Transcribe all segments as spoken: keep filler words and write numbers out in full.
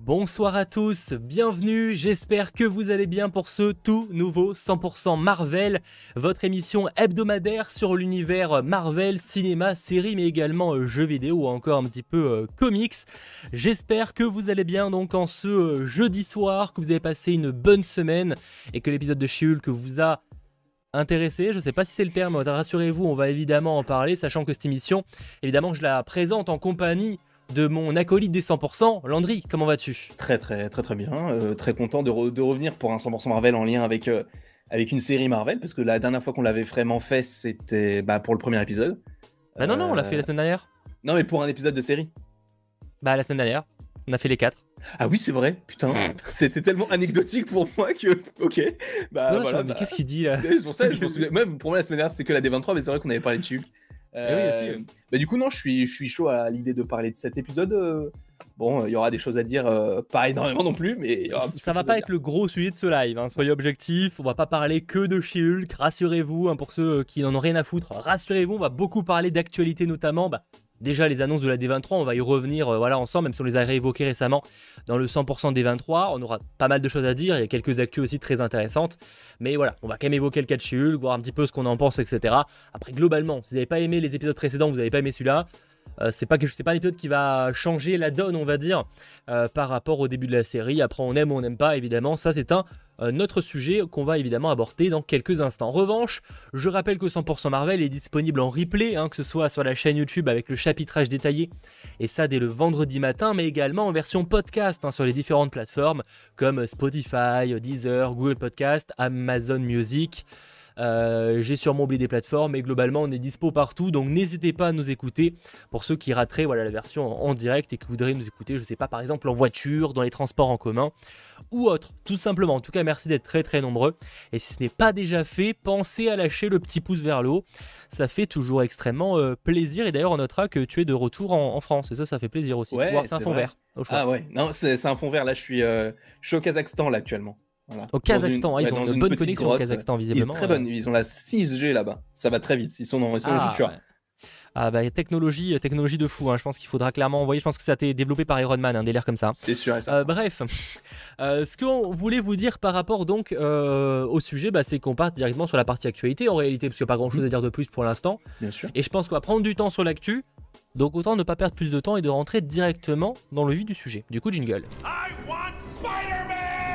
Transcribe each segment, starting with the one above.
Bonsoir à tous, bienvenue, j'espère que vous allez bien pour ce tout nouveau cent pour cent Marvel, votre émission hebdomadaire sur l'univers Marvel, cinéma, séries, mais également euh, jeux vidéo ou encore un petit peu euh, comics. J'espère que vous allez bien donc en ce euh, jeudi soir, que vous avez passé une bonne semaine et que l'épisode de She-Hulk vous a intéressé, je sais pas si c'est le terme, rassurez-vous, on va évidemment en parler, sachant que cette émission, évidemment je la présente en compagnie de mon acolyte des cent pour cent, Landry, comment vas-tu ? Très très très très bien, euh, très content de, re- de revenir pour un cent pour cent Marvel en lien avec, euh, avec une série Marvel, parce que la dernière fois qu'on l'avait vraiment fait, c'était bah, pour le premier épisode. Bah non, non, on l'a Euh, fait la semaine dernière. Non mais pour un épisode de série. Bah la semaine dernière, on a fait les quatre. Ah oui c'est vrai, putain, c'était tellement anecdotique pour moi que... Ok, bah Non, voilà, mais bah, qu'est-ce qu'il dit là ? c'est pour ça que je me souviens, même pour moi la semaine dernière c'était que la D vingt-trois, mais c'est vrai qu'on avait parlé de She-Hulk. Eh oui, aussi, oui. Bah, du coup non, je suis, je suis chaud à l'idée de parler de cet épisode. euh, Bon, il y aura des choses à dire, euh, pas énormément non plus, mais il y aura un petit peu Ça de va choses pas à être dire. le gros sujet de ce live, hein. Soyez objectifs, on va pas parler que de She-Hulk, rassurez-vous, hein, pour ceux qui n'en ont rien à foutre, rassurez-vous, on va beaucoup parler d'actualité notamment, bah, déjà les annonces de la D vingt-trois, on va y revenir euh, voilà, ensemble, même si on les a réévoquées récemment dans le cent pour cent D vingt-trois, on aura pas mal de choses à dire, il y a quelques actus aussi très intéressantes, mais voilà, on va quand même évoquer le cas de She-Hulk, voir un petit peu ce qu'on en pense, et cetera. Après, globalement, si vous n'avez pas aimé les épisodes précédents, vous n'avez pas aimé celui-là, Euh, c'est pas que c'est pas un épisode qui va changer la donne, on va dire, euh, par rapport au début de la série. Après, on aime ou on n'aime pas, évidemment. Ça, c'est un euh, autre sujet qu'on va évidemment aborder dans quelques instants. En revanche, je rappelle que cent pour cent Marvel est disponible en replay, hein, que ce soit sur la chaîne YouTube avec le chapitrage détaillé, et ça dès le vendredi matin, mais également en version podcast, hein, sur les différentes plateformes comme Spotify, Deezer, Google Podcast, Amazon Music. Euh, j'ai sûrement oublié des plateformes, mais globalement on est dispo partout, donc n'hésitez pas à nous écouter pour ceux qui rateraient voilà, la version en, en direct et qui voudraient nous écouter, je sais pas, par exemple en voiture, dans les transports en commun ou autre, tout simplement. En tout cas, merci d'être très très nombreux, et si ce n'est pas déjà fait, pensez à lâcher le petit pouce vers le haut, ça fait toujours extrêmement euh, plaisir, et d'ailleurs on notera que tu es de retour en, en France, et ça ça fait plaisir aussi. Ouais, Voir c'est un c'est fond vrai. vert au choix. Ah ouais, non, c'est c'est un fond vert. Là, je suis, euh, je suis au Kazakhstan là actuellement. Voilà. Au Dans Kazakhstan, une, ah, ouais, ils ont dans une une bonne petite connexion au grotte. Kazakhstan Ils, visiblement. très euh. bonne, ils ont la six G là-bas. Ça va très vite. Ils sont dans, ils sont dans le Ah, futur. ouais. Ah bah technologie, technologie de fou, hein. Je pense qu'il faudra clairement envoyer, je pense que ça a été développé par Iron Man, un délire comme ça. C'est sûr et certain. Euh, bref, euh, ce qu'on voulait vous dire par rapport donc euh, au sujet, bah, c'est qu'on part directement sur la partie actualité en réalité, parce qu'il n'y a pas grand chose à dire de plus pour l'instant, Bien sûr. et je pense qu'on va prendre du temps sur l'actu, donc autant ne pas perdre plus de temps et de rentrer directement dans le vif du sujet. Du coup, jingle. I want Spider-Man!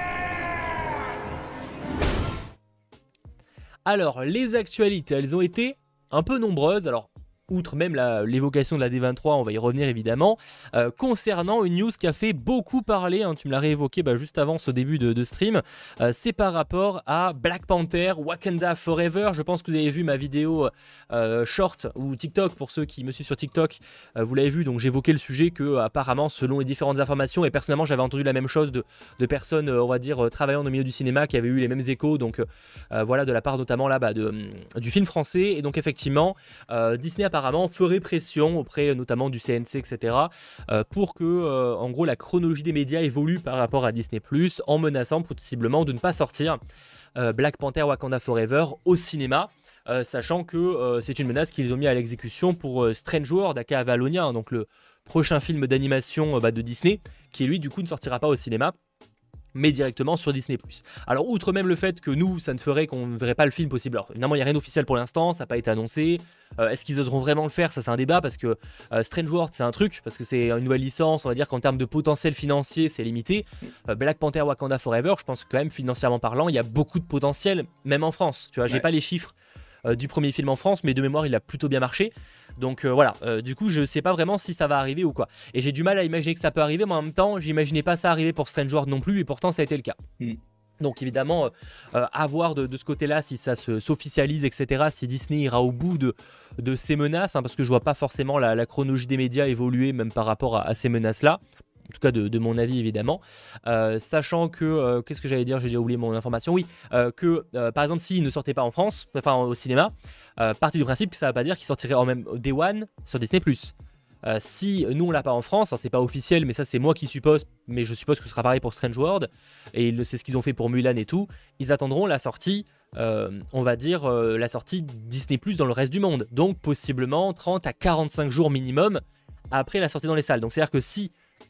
Alors, les actualités, elles ont été un peu nombreuses. Alors, outre même la- l'évocation de la D vingt-trois, on va y revenir évidemment, euh, concernant une news qui a fait beaucoup parler, hein, tu me l'as réévoqué bah, juste avant ce début de, de stream, euh, c'est par rapport à Black Panther, Wakanda Forever. Je pense que vous avez vu ma vidéo euh, short ou TikTok, pour ceux qui me suivent sur TikTok, euh, vous l'avez vu, donc j'évoquais le sujet que apparemment, selon les différentes informations, et personnellement j'avais entendu la même chose de, de personnes, euh, on va dire, euh, travaillant dans le milieu du cinéma, qui avaient eu les mêmes échos, donc euh, voilà, de la part notamment là, bah, de, hum, du film français, et donc effectivement, euh, Disney apparemment ferait pression auprès notamment du C N C, et cetera, euh, pour que, euh, en gros, la chronologie des médias évolue par rapport à Disney plus, en menaçant possiblement de ne pas sortir euh, Black Panther Wakanda Forever au cinéma. Euh, sachant que euh, c'est une menace qu'ils ont mis à l'exécution pour euh, Strange World d'Aka Avalonia, hein, donc le prochain film d'animation euh, bah, de Disney, qui lui du coup ne sortira pas au cinéma, mais directement sur Disney plus. Alors, outre même le fait que nous, ça ne ferait qu'on ne verrait pas le film possible. Alors, évidemment, il n'y a rien d'officiel pour l'instant, ça n'a pas été annoncé. Euh, est-ce qu'ils oseront vraiment le faire ? Ça, c'est un débat, parce que euh, Strange World, c'est un truc, parce que c'est une nouvelle licence, on va dire qu'en termes de potentiel financier, c'est limité. Euh, Black Panther Wakanda Forever, je pense que quand même, financièrement parlant, il y a beaucoup de potentiel, même en France. Tu vois, j'ai Ouais. pas les chiffres euh, du premier film en France, mais de mémoire, il a plutôt bien marché. Donc euh, voilà, euh, du coup, je sais pas vraiment si ça va arriver ou quoi. Et j'ai du mal à imaginer que ça peut arriver, mais en même temps, j'imaginais pas ça arriver pour Strange World non plus, et pourtant, ça a été le cas. Mm. Donc évidemment, euh, euh, à voir de, de ce côté-là si ça se, s'officialise, et cetera, si Disney ira au bout de, de ces menaces, hein, parce que je vois pas forcément la, la chronologie des médias évoluer même par rapport à, à ces menaces-là. En tout cas de, de mon avis évidemment, euh, sachant que, euh, qu'est-ce que j'allais dire, j'ai déjà oublié mon information, oui, euh, que euh, par exemple s'il ne sortait pas en France, enfin au cinéma, euh, partie du principe que ça ne va pas dire qu'il sortirait en même Day One sur Disney plus. Euh, si nous on l'a pas en France, c'est pas officiel, mais ça c'est moi qui suppose, mais je suppose que ce sera pareil pour Strange World, et c'est ce qu'ils ont fait pour Mulan et tout, ils attendront la sortie, euh, on va dire euh, la sortie Disney plus dans le reste du monde, donc possiblement trente à quarante-cinq jours minimum après la sortie dans les salles. Donc c'est à dire que si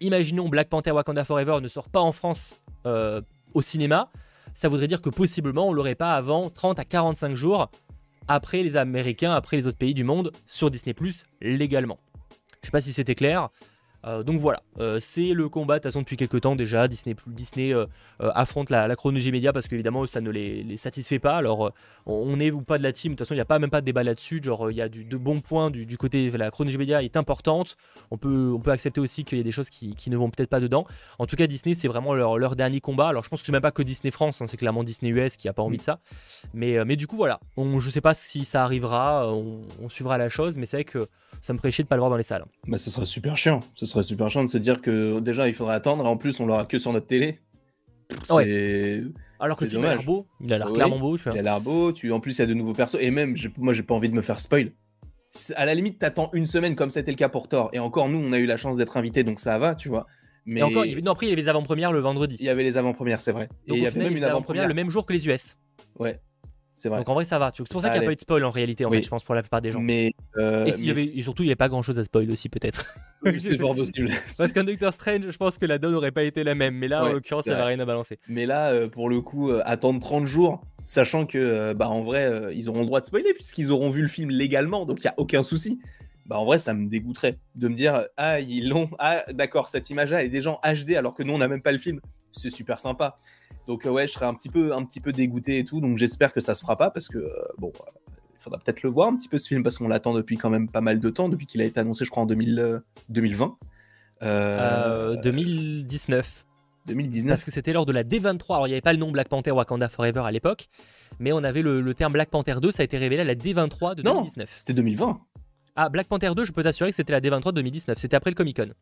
imaginons Black Panther Wakanda Forever ne sort pas en France euh, au cinéma, ça voudrait dire que possiblement on l'aurait pas avant trente à quarante-cinq jours après les Américains, après les autres pays du monde, sur Disney plus, légalement. Je sais pas si c'était clair. Euh, donc voilà, euh, c'est le combat de toute façon depuis quelques temps déjà. Disney, Disney euh, euh, affronte la, la chronologie média parce qu'évidemment ça ne les, les satisfait pas. Alors euh, on est ou pas de la team, de toute façon il n'y a pas même pas de débat là-dessus. Genre il y a du, de bons points du, du côté, la chronologie média est importante. On peut, on peut accepter aussi qu'il y a des choses qui, qui ne vont peut-être pas dedans. En tout cas Disney c'est vraiment leur, leur dernier combat. Alors je pense que c'est même pas que Disney France, hein, c'est clairement Disney U S qui a pas envie de ça. Mais, euh, mais du coup voilà, on, je sais pas si ça arrivera, on, on suivra la chose, mais c'est vrai que ça me ferait chier de pas le voir dans les salles. Bah, ce serait super chiant. Ce serait super chiant de se dire que déjà il faudrait attendre et en plus on l'aura que sur notre télé. C'est... Ouais. Alors que le film a l'air beau, il a l'air oui, clairement beau. Il a l'air beau, tu... en plus il y a de nouveaux persos et même j'ai... moi j'ai pas envie de me faire spoil. À la limite t'attends une semaine comme c'était le cas pour Thor et encore nous on a eu la chance d'être invités donc ça va tu vois. Mais et encore, non, après il y avait les avant-premières le vendredi. Il y avait les avant-premières c'est vrai. Donc, et il y avait final, même une avant-première le même jour que les U S. Ouais. C'est vrai. Donc en vrai ça va, c'est pour ça, ça qu'il n'y a pas eu de spoil en réalité en oui. fait je pense pour la plupart des gens. Mais euh, et, il y mais avait, et surtout il n'y avait pas grand chose à spoil aussi peut-être. Oui, c'est fort possible. Parce qu'un Doctor Strange je pense que la donne n'aurait pas été la même mais là ouais, en l'occurrence il n'y avait rien à balancer. Mais là euh, pour le coup euh, attendre trente jours sachant que euh, bah en vrai euh, ils auront le droit de spoiler puisqu'ils auront vu le film légalement donc il n'y a aucun souci. Bah en vrai ça me dégoûterait de me dire ah ils l'ont, ah d'accord cette image là elle est déjà en H D alors que nous on n'a même pas le film, c'est super sympa. Donc euh, ouais je serais un petit peu un petit peu dégoûté et tout donc j'espère que ça se fera pas parce que euh, bon euh, il faudra peut-être le voir un petit peu ce film parce qu'on l'attend depuis quand même pas mal de temps depuis qu'il a été annoncé je crois en deux mille, euh, deux mille vingt. Euh, euh, deux mille dix-neuf. deux mille dix-neuf. Parce que c'était lors de la D vingt-trois. Alors il n'y avait pas le nom Black Panther Wakanda Forever à l'époque, mais on avait le, le terme Black Panther deux, ça a été révélé à la D vingt-trois de deux mille dix-neuf. Non, c'était deux mille vingt. Ah, Black Panther deux, je peux t'assurer que c'était la D vingt-trois de deux mille dix-neuf, c'était après le Comic Con.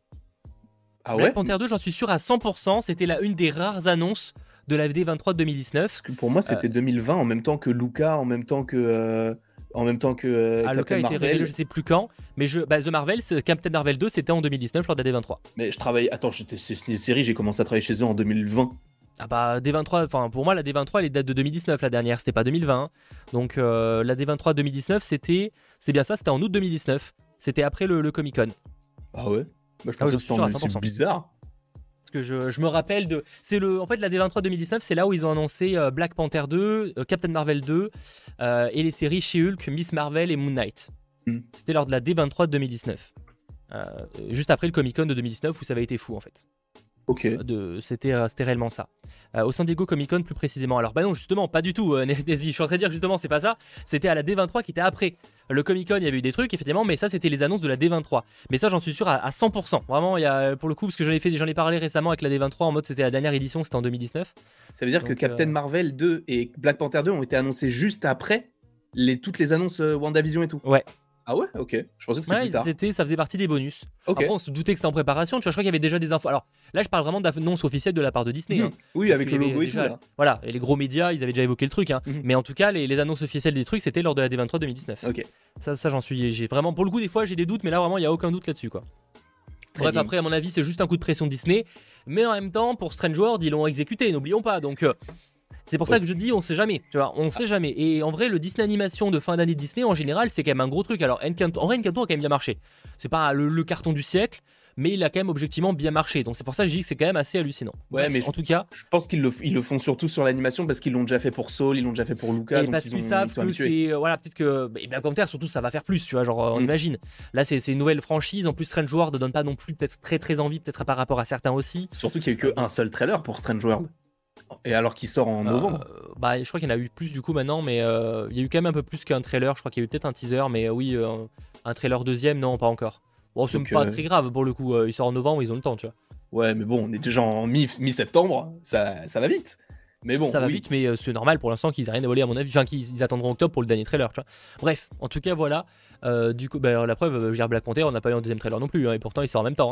Ah ouais. Black Panther deux, j'en suis sûr à cent pour cent, c'était la une des rares annonces de la D vingt-trois de deux mille dix-neuf. Parce que pour moi c'était euh... deux mille vingt en même temps que Luca, en même temps que euh, en même temps que euh, ah, Luca a été révélé je sais plus quand, mais je bah, The Marvels, Captain Marvel deux, c'était en deux mille dix-neuf lors de la D vingt-trois. Mais je travaille attends, j'étais c'est une série, j'ai commencé à travailler chez eux en deux mille vingt. Ah bah D vingt-trois, enfin pour moi la D vingt-trois elle est date de deux mille dix-neuf la dernière, c'était pas deux mille vingt. Hein. Donc euh, la D vingt-trois deux mille dix-neuf c'était c'est bien ça, c'était en août deux mille dix-neuf. C'était après le, le Comic Con. Ah ouais. Bah, je ah pensais ouais, que c'était en... c'est bizarre. Parce que je, je me rappelle de c'est le en fait la D vingt-trois deux mille dix-neuf, c'est là où ils ont annoncé euh, Black Panther deux, euh, Captain Marvel deux euh, et les séries She-Hulk, Miss Marvel et Moon Knight. Mm. C'était lors de la D vingt-trois deux mille dix-neuf. Euh, juste après le Comic Con de deux mille dix-neuf où ça avait été fou en fait. Ok. De, c'était, euh, c'était réellement ça. Euh, au San Diego Comic Con plus précisément. Alors bah non justement pas du tout. Euh, Nesby, je suis en train de dire que justement c'est pas ça. C'était à la D vingt-trois qui était après. Le Comic Con il y avait eu des trucs effectivement, mais ça c'était les annonces de la D vingt-trois. Mais ça j'en suis sûr à, à cent pour cent. Vraiment il y a pour le coup parce que j'en ai fait, j'en ai parlé récemment avec la D vingt-trois en mode c'était la dernière édition, c'était en deux mille dix-neuf. Ça veut dire Donc, que Captain euh... Marvel deux et Black Panther deux ont été annoncés juste après les toutes les annonces euh, WandaVision et tout. Ouais. Ah ouais, ok. Je pensais que c'était ouais, plus tard. C'était, ça faisait partie des bonus. Okay. Après, on se doutait que c'était en préparation. Tu vois, je crois qu'il y avait déjà des infos. Alors là, je parle vraiment d'annonces officielles de la part de Disney. Mmh. Hein, oui, avec le logo et déjà, tout. Là. Voilà, et les gros médias, ils avaient déjà évoqué le truc. Hein. Mmh. Mais en tout cas, les, les annonces officielles des trucs, c'était lors de la D vingt-trois deux mille dix-neuf. Ok. Ça, ça j'en suis. J'ai vraiment, pour le coup, des fois, j'ai des doutes, mais là, vraiment, il y a aucun doute là-dessus, quoi. Très Bref, bien. Après, à mon avis, c'est juste un coup de pression Disney. Mais en même temps, pour Strange World, ils l'ont exécuté. N'oublions pas. Donc. Euh, C'est pour ouais. ça que je dis on sait jamais, tu vois, on ah. sait jamais. Et en vrai, le Disney animation de fin d'année de Disney en général, c'est quand même un gros truc. Alors, Encanto, en vrai, Encanto a quand même bien marché. C'est pas le, le carton du siècle, mais il a quand même objectivement bien marché. Donc c'est pour ça que je dis que c'est quand même assez hallucinant. Ouais, Bref, mais en je, tout cas, je pense qu'ils le, ils le font surtout sur l'animation parce qu'ils l'ont déjà fait pour Soul, ils l'ont déjà fait pour Luca. Et donc parce ils qu'ils ont, savent ils sont que habitués. c'est voilà, peut-être que et Black Panther surtout ça va faire plus, tu vois, genre on mm. imagine. Là c'est, c'est une nouvelle franchise, en plus Strange World ne donne pas non plus peut-être très très envie, peut-être par rapport à certains aussi. Surtout qu'il n'y a eu qu'un seul trailer pour Strange World. Et alors qu'il sort en novembre euh, Bah je crois qu'il y en a eu plus du coup maintenant, mais euh, il y a eu quand même un peu plus qu'un trailer. Je crois qu'il y a eu peut-être un teaser, mais euh, oui, euh, un trailer deuxième, non, pas encore. Bon, c'est Donc, pas euh... très grave pour le coup. Euh, il sort en novembre, ils ont le temps, tu vois. Ouais, mais bon, on est déjà en mi- mi-septembre, ça, ça va vite. Mais bon, ça va oui. vite, mais euh, c'est normal pour l'instant qu'ils aient rien à voler à mon avis. Enfin, qu'ils ils attendront octobre pour le dernier trailer, tu vois. Bref, en tout cas voilà. Euh, du coup, bah, la preuve, je veux dire Black Panther, on n'a pas eu un deuxième trailer non plus, hein, et pourtant il sort en même temps. Hein.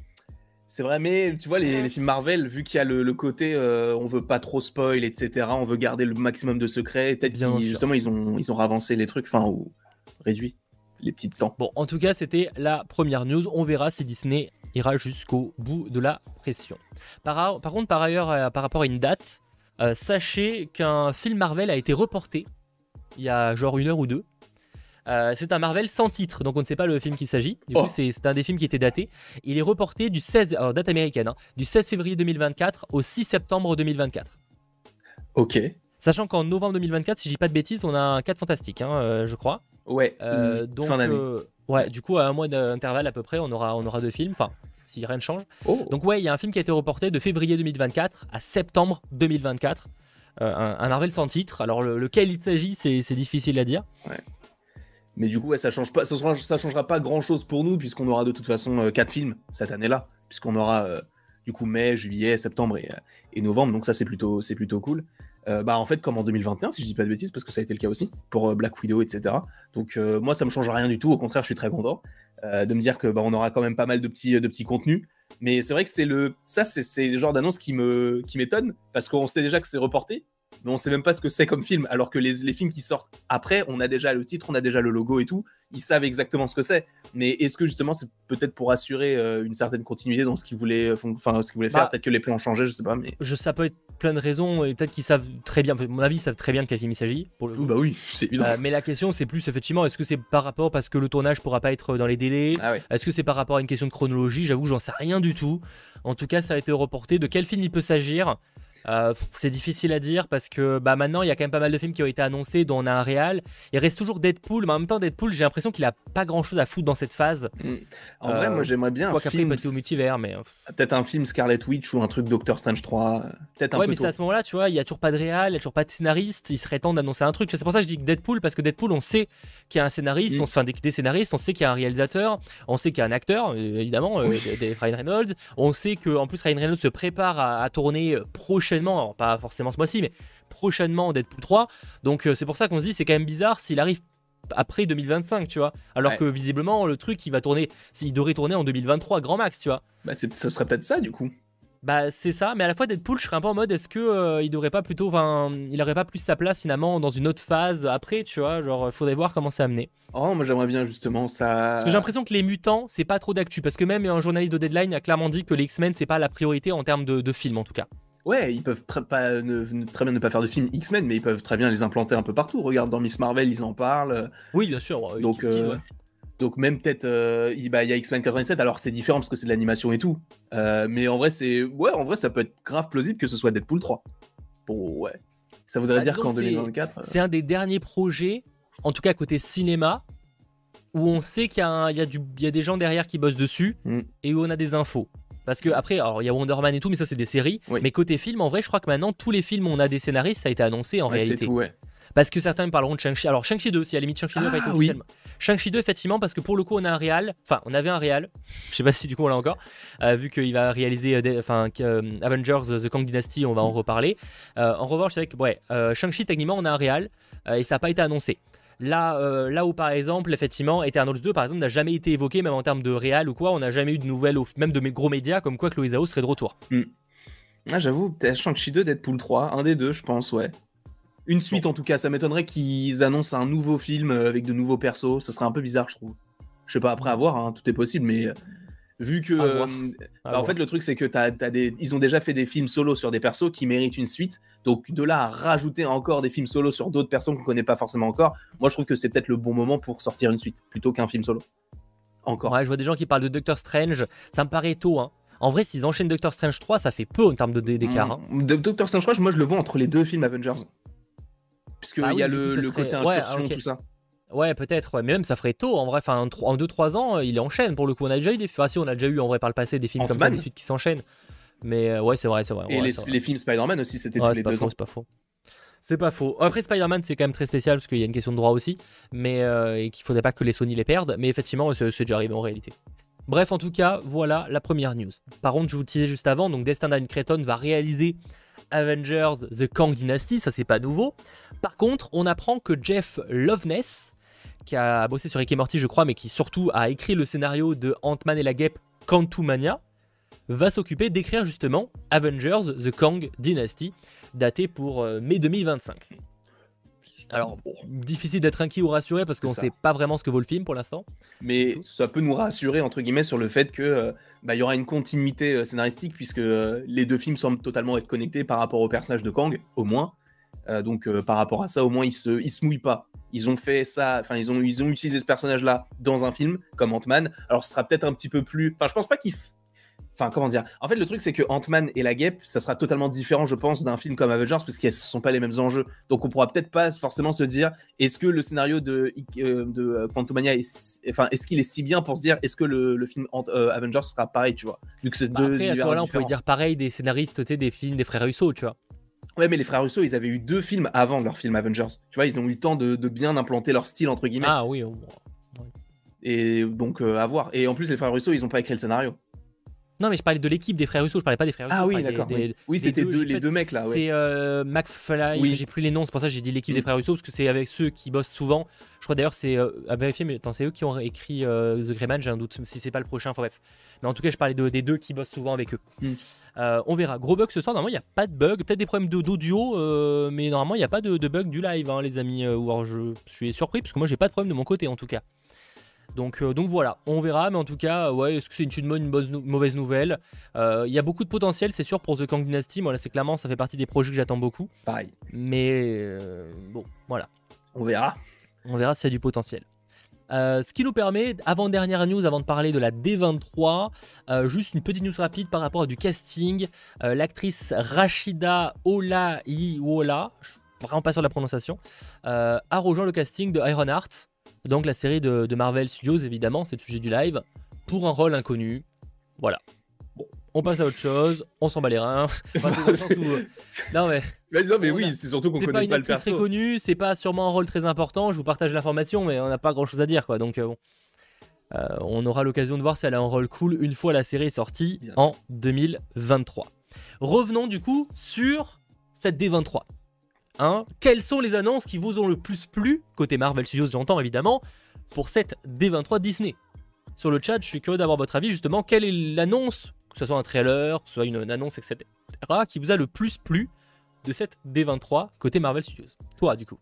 C'est vrai, mais tu vois, les, les films Marvel, vu qu'il y a le, le côté euh, on veut pas trop spoil, et cetera, on veut garder le maximum de secrets, peut-être qu'ils, justement, ils ont, ils ont ravancé les trucs, enfin, ou réduit les petits temps. Bon, en tout cas, c'était la première news. On verra si Disney ira jusqu'au bout de la pression. Par, par contre, par ailleurs, euh, par rapport à une date, euh, sachez qu'un film Marvel a été reporté il y a genre une heure ou deux. Euh, c'est un Marvel sans titre, donc on ne sait pas le film qu'il s'agit. Du Oh. coup, c'est, c'est un des films qui était daté. Il est reporté du seize, alors date américaine, hein, du seize février deux mille vingt-quatre au six septembre deux mille vingt-quatre. Ok. Sachant qu'en novembre deux mille vingt-quatre, si je dis pas de bêtises, on a un quatre fantastique, hein, euh, je crois. Ouais. Euh, mm, donc, fin d'année. euh, ouais, du coup, à un mois d'intervalle à peu près, on aura, on aura deux films. Enfin, si rien ne change. Oh. Donc, ouais, il y a un film qui a été reporté de février deux mille vingt-quatre à septembre deux mille vingt-quatre. Euh, un, un Marvel sans titre. Alors, le- lequel il s'agit, c'est, c'est difficile à dire. Mais du coup, ouais, ça change pas, ça, sera- ça changera pas grand chose pour nous, puisqu'on aura de toute façon euh, quatre films cette année-là, puisqu'on aura euh, du coup mai, juillet, septembre et, euh, et novembre, donc ça c'est plutôt, c'est plutôt cool. Euh, bah en fait, comme en deux mille vingt et un, si je dis pas de bêtises, parce que ça a été le cas aussi pour euh, Black Widow, et cetera. Donc euh, moi, ça me change rien du tout. Au contraire, je suis très content euh, de me dire que bah, on aura quand même pas mal de petits, de petits contenus. Mais c'est vrai que c'est le, ça c'est, c'est le genre d'annonce qui me, qui m'étonne, parce qu'on sait déjà que c'est reporté. Mais on sait même pas ce que c'est comme film, alors que les, les films qui sortent après, on a déjà le titre, on a déjà le logo et tout, ils savent exactement ce que c'est. Mais est-ce que justement c'est peut-être pour assurer euh, une certaine continuité dans ce qu'ils voulaient, enfin ce qu'ils voulaient faire, Bah, peut-être que les plans ont changé, je sais pas, mais Je, ça peut être plein de raisons, et peut-être qu'ils savent très bien, enfin, à mon avis, ils savent très bien de quel film il s'agit. Pour le coup. bah oui, c'est évident. Euh, mais la question, c'est plus effectivement, est-ce que c'est par rapport parce que le tournage pourra pas être dans les délais? Ah ouais. Est-ce que c'est par rapport à une question de chronologie? J'avoue, j'en sais rien du tout. En tout cas, ça a été reporté. De quel film il peut s'agir? Euh, c'est difficile à dire parce que bah, maintenant il y a quand même pas mal de films qui ont été annoncés dont on a un réal. Il reste toujours Deadpool, mais en même temps Deadpool j'ai l'impression qu'il a pas grand chose à foutre dans cette phase. Mm. En Euh, vrai, moi j'aimerais bien un Quoi qu'après il film, peut être au multivers, mais peut-être un film Scarlet Witch ou un truc Doctor Strange trois, euh, peut-être un ouais, peu mais c'est tôt. à ce moment-là, tu vois, il y a toujours pas de réal, il y a toujours pas de scénariste. Il serait temps d'annoncer un truc. C'est pour ça que je dis que Deadpool, parce que Deadpool, on sait qu'il y a un scénariste, Mm. on, enfin des, des scénaristes, on sait qu'il y a un réalisateur, on sait qu'il y a un acteur, euh, évidemment, euh, des- des Ryan Reynolds. On sait que en plus Ryan Reynolds se prépare à, à tourner prochainement, alors pas forcément ce mois-ci, mais prochainement Deadpool trois. Donc euh, c'est pour ça qu'on se dit c'est quand même bizarre s'il arrive après deux mille vingt-cinq, tu vois. Alors Ouais. que visiblement le truc il va tourner, il devrait tourner en deux mille vingt-trois grand max, tu vois. Bah c'est, ça serait peut-être ça du coup. Bah c'est ça, mais à la fois Deadpool, je serais un peu en mode est-ce que euh, il devrait pas plutôt, enfin, il aurait pas plus sa place finalement dans une autre phase après, tu vois, genre faudrait voir comment c'est amené. Oh, moi j'aimerais bien justement ça. Parce que j'ai l'impression que les mutants, c'est pas trop d'actu, parce que même un journaliste de Deadline a clairement dit que les X-Men c'est pas la priorité en termes de, de film en tout cas. Ouais, ils peuvent très, pas, ne- ne- très bien ne pas faire de film X-Men, mais ils peuvent très bien les implanter un peu partout. Regarde, dans Miss Marvel, ils en parlent. Oui, bien sûr. ouais, Donc, ils disent, euh, ouais. donc même peut-être, euh, il bah, il y a X-Men quatre-vingt-sept, alors c'est différent parce que c'est de l'animation et tout. Euh, mais en vrai, c'est, ouais, en vrai, ça peut être grave plausible que ce soit Deadpool trois. Bon, ouais. Ça voudrait Bah, dire disons qu'en que c'est- deux mille vingt-quatre. euh, C'est un des derniers projets, en tout cas côté cinéma, où on sait qu'il y a, un- il y a du, il y a des gens derrière qui bossent dessus Mm. et où on a des infos. Parce que après, alors il y a Wonder Man et tout, mais ça c'est des séries. Oui. Mais côté film, en vrai, je crois que maintenant tous les films où on a des scénaristes, ça a été annoncé en ouais, c'est réalité. tout, ouais. Parce que certains me parleront de Shang-Chi. Alors Shang-Chi deux, si à la limite Shang-Chi deux n'a pas été Ah, oui. officiellement. Shang-Chi deux, effectivement, parce que pour le coup, on a un réal. Enfin, on avait un réal. Je sais pas si du coup on l'a encore. euh, vu qu'il va réaliser euh, des- enfin, que, euh, Avengers The Kang Dynasty, on va en reparler. Euh, en revanche, c'est vrai que ouais, euh, Shang-Chi, techniquement, on a un réal. euh, et ça n'a pas été annoncé. Là, euh, là où par exemple, effectivement, Eternals deux, par exemple, n'a jamais été évoqué, même en termes de réal ou quoi, on n'a jamais eu de nouvelles, au- même de mes gros médias, comme quoi Chloé Zhao serait de retour. Ah, j'avoue, peut-être Shang-Chi deux, Deadpool trois, un des deux, je pense, ouais. Une suite en tout cas, ça m'étonnerait qu'ils annoncent un nouveau film euh, avec de nouveaux persos, ça serait un peu bizarre, je trouve. Je sais pas, après à voir, hein, tout est possible, mais euh, vu que. À euh, voir. bah, À en voir. fait, le truc, c'est que t'as, t'as des... ils ont déjà fait des films solo sur des persos qui méritent une suite, donc de là à rajouter encore des films solo sur d'autres personnes qu'on connaît pas forcément encore, moi je trouve que c'est peut-être le bon moment pour sortir une suite, plutôt qu'un film solo. Encore. Ouais, je vois des gens qui parlent de Doctor Strange, ça me paraît tôt, hein. En vrai, s'ils enchaînent Doctor Strange trois, ça fait peu en termes de dé- d'écart. hein. Mm. De- Doctor Strange, moi je le vois entre les deux films Avengers. Puisqu'il Ah y a oui, du le, coup, ça le serait- côté ouais, incursion, ok. tout ça. Ouais, peut-être, ouais. Mais même ça ferait tôt, en vrai, enfin, en deux trois ans, euh, il enchaîne pour le coup. On a déjà eu des, enfin, si, on a déjà eu en vrai par le passé des films comme ça, Ant-Man. des suites qui s'enchaînent. Mais euh, ouais, c'est vrai, c'est vrai. Et ouais, les, c'est vrai. les films Spider-Man aussi, c'était Ouais, tous c'est les pas deux faux, ans. c'est pas faux. C'est pas faux. Après, Spider-Man, c'est quand même très spécial parce qu'il y a une question de droit aussi, mais euh, et qu'il faudrait pas que les Sony les perdent. Mais effectivement, c'est c'est déjà arrivé en réalité. Bref, en tout cas, voilà la première news. Par contre, je vous le disais juste avant, donc Destin Dan Cretton va réaliser Avengers The Kang Dynasty, ça c'est pas nouveau. Par contre, on apprend que Jeff Loveness, qui a bossé sur Rick et Morty, je crois, mais qui surtout a écrit le scénario de Ant-Man et la Guêpe Quantumania, va s'occuper d'écrire justement Avengers The Kang Dynasty, daté pour euh, mai deux mille vingt-cinq. Alors, Bon. difficile d'être inquiet ou rassuré parce qu'on C'est ça. sait pas vraiment ce que vaut le film pour l'instant. Mais ça peut nous rassurer, entre guillemets, sur le fait que euh, bah, il y aura une continuité euh, scénaristique, puisque euh, les deux films semblent totalement être connectés par rapport au personnage de Kang, au moins. Euh, donc, euh, par rapport à ça, au moins, ils se, ils se mouillent pas. ils ont fait ça, enfin ils ont, ils ont utilisé ce personnage-là dans un film comme Ant-Man. Alors ce sera peut-être un petit peu plus, enfin je pense pas qu'il, f... enfin comment dire. En fait le truc c'est que Ant-Man et la Guêpe, ça sera totalement différent je pense d'un film comme Avengers parce que ce sont pas les mêmes enjeux. Donc on pourra peut-être pas forcément se dire est-ce que le scénario de, euh, de Quantumania est, enfin est-ce qu'il est si bien pour se dire est-ce que le, le film euh, Avengers sera pareil, tu vois. Vu que c'est bah deux après à ce moment-là on différents. pouvait dire pareil des scénaristes tu sais, des films des frères Russo, tu vois. Ouais, mais les frères Russo, ils avaient eu deux films avant leur film Avengers. Tu vois, ils ont eu le temps de, de bien implanter leur style, entre guillemets. Ah oui, oh, ouais. Et donc, euh, à voir. Et en plus, les frères Russo, ils ont pas écrit le scénario. Non, mais je parlais de l'équipe des frères Russo, je parlais pas des frères Russo. Ah je oui, parlais d'accord. des- Oui, des- oui des c'était deux, deux, en les fait, deux mecs là. Ouais. C'est euh, McFly, Oui. j'ai plus les noms, c'est pour ça que j'ai dit l'équipe des Mm. frères Russo, parce que c'est avec ceux qui bossent souvent. Je crois d'ailleurs, c'est euh, à vérifier, mais attends, c'est eux qui ont écrit euh, The Grey Man, j'ai un doute si c'est pas le prochain, enfin bref. Mais en tout cas, je parlais de- des deux qui bossent souvent avec eux. Mm. Euh, on verra. Gros bug ce soir, normalement, il n'y a pas de bug, peut-être des problèmes de- d'audio, euh, mais normalement, il n'y a pas de, de bug du live, hein, les amis. Euh, ou alors je, je suis surpris, parce que moi, j'ai pas de problème de mon côté en tout cas. Donc, euh, donc voilà, on verra, mais en tout cas, ouais, est-ce que c'est une, une, bonne, une bonne, nou- mauvaise nouvelle? Euh, Il y a beaucoup de potentiel, c'est sûr, pour The Kang Dynasty. Moi, là, c'est clairement, ça fait partie des projets que j'attends beaucoup. Pareil. Mais euh, bon, voilà, On verra. on verra s'il y a du potentiel. Euh, ce qui nous permet, avant-dernière news, avant de parler de la D vingt-trois, euh, juste une petite news rapide par rapport à du casting. Euh, L'actrice Rachida Olaiwola, je suis vraiment pas sûr de la prononciation, euh, a rejoint le casting de Ironheart, donc la série de, de Marvel Studios, évidemment, c'est le sujet du live, pour un rôle inconnu. Voilà. Bon, on passe à autre chose, on s'en bat les reins. Enfin, c'est dans le sens où, euh, non mais... Mais, non, mais On oui, a- c'est surtout qu'on C'est pas connaît une pas le actrice très perso. connue, c'est pas sûrement un rôle très important. Je vous partage l'information, mais on n'a pas grand chose à dire, quoi. Donc, euh, bon. Euh, on aura l'occasion de voir si elle a un rôle cool une fois la série est sortie Bien en deux mille vingt-trois. Revenons du coup sur cette D vingt-trois. Hein, quelles sont les annonces qui vous ont le plus plu, côté Marvel Studios, j'entends évidemment, pour cette D vingt-trois Disney? Sur le chat, je suis curieux d'avoir votre avis, justement. Quelle est l'annonce, que ce soit un trailer, que ce soit une, une annonce, et cetera, qui vous a le plus plu de cette D vingt-trois côté Marvel Studios? Toi, du coup.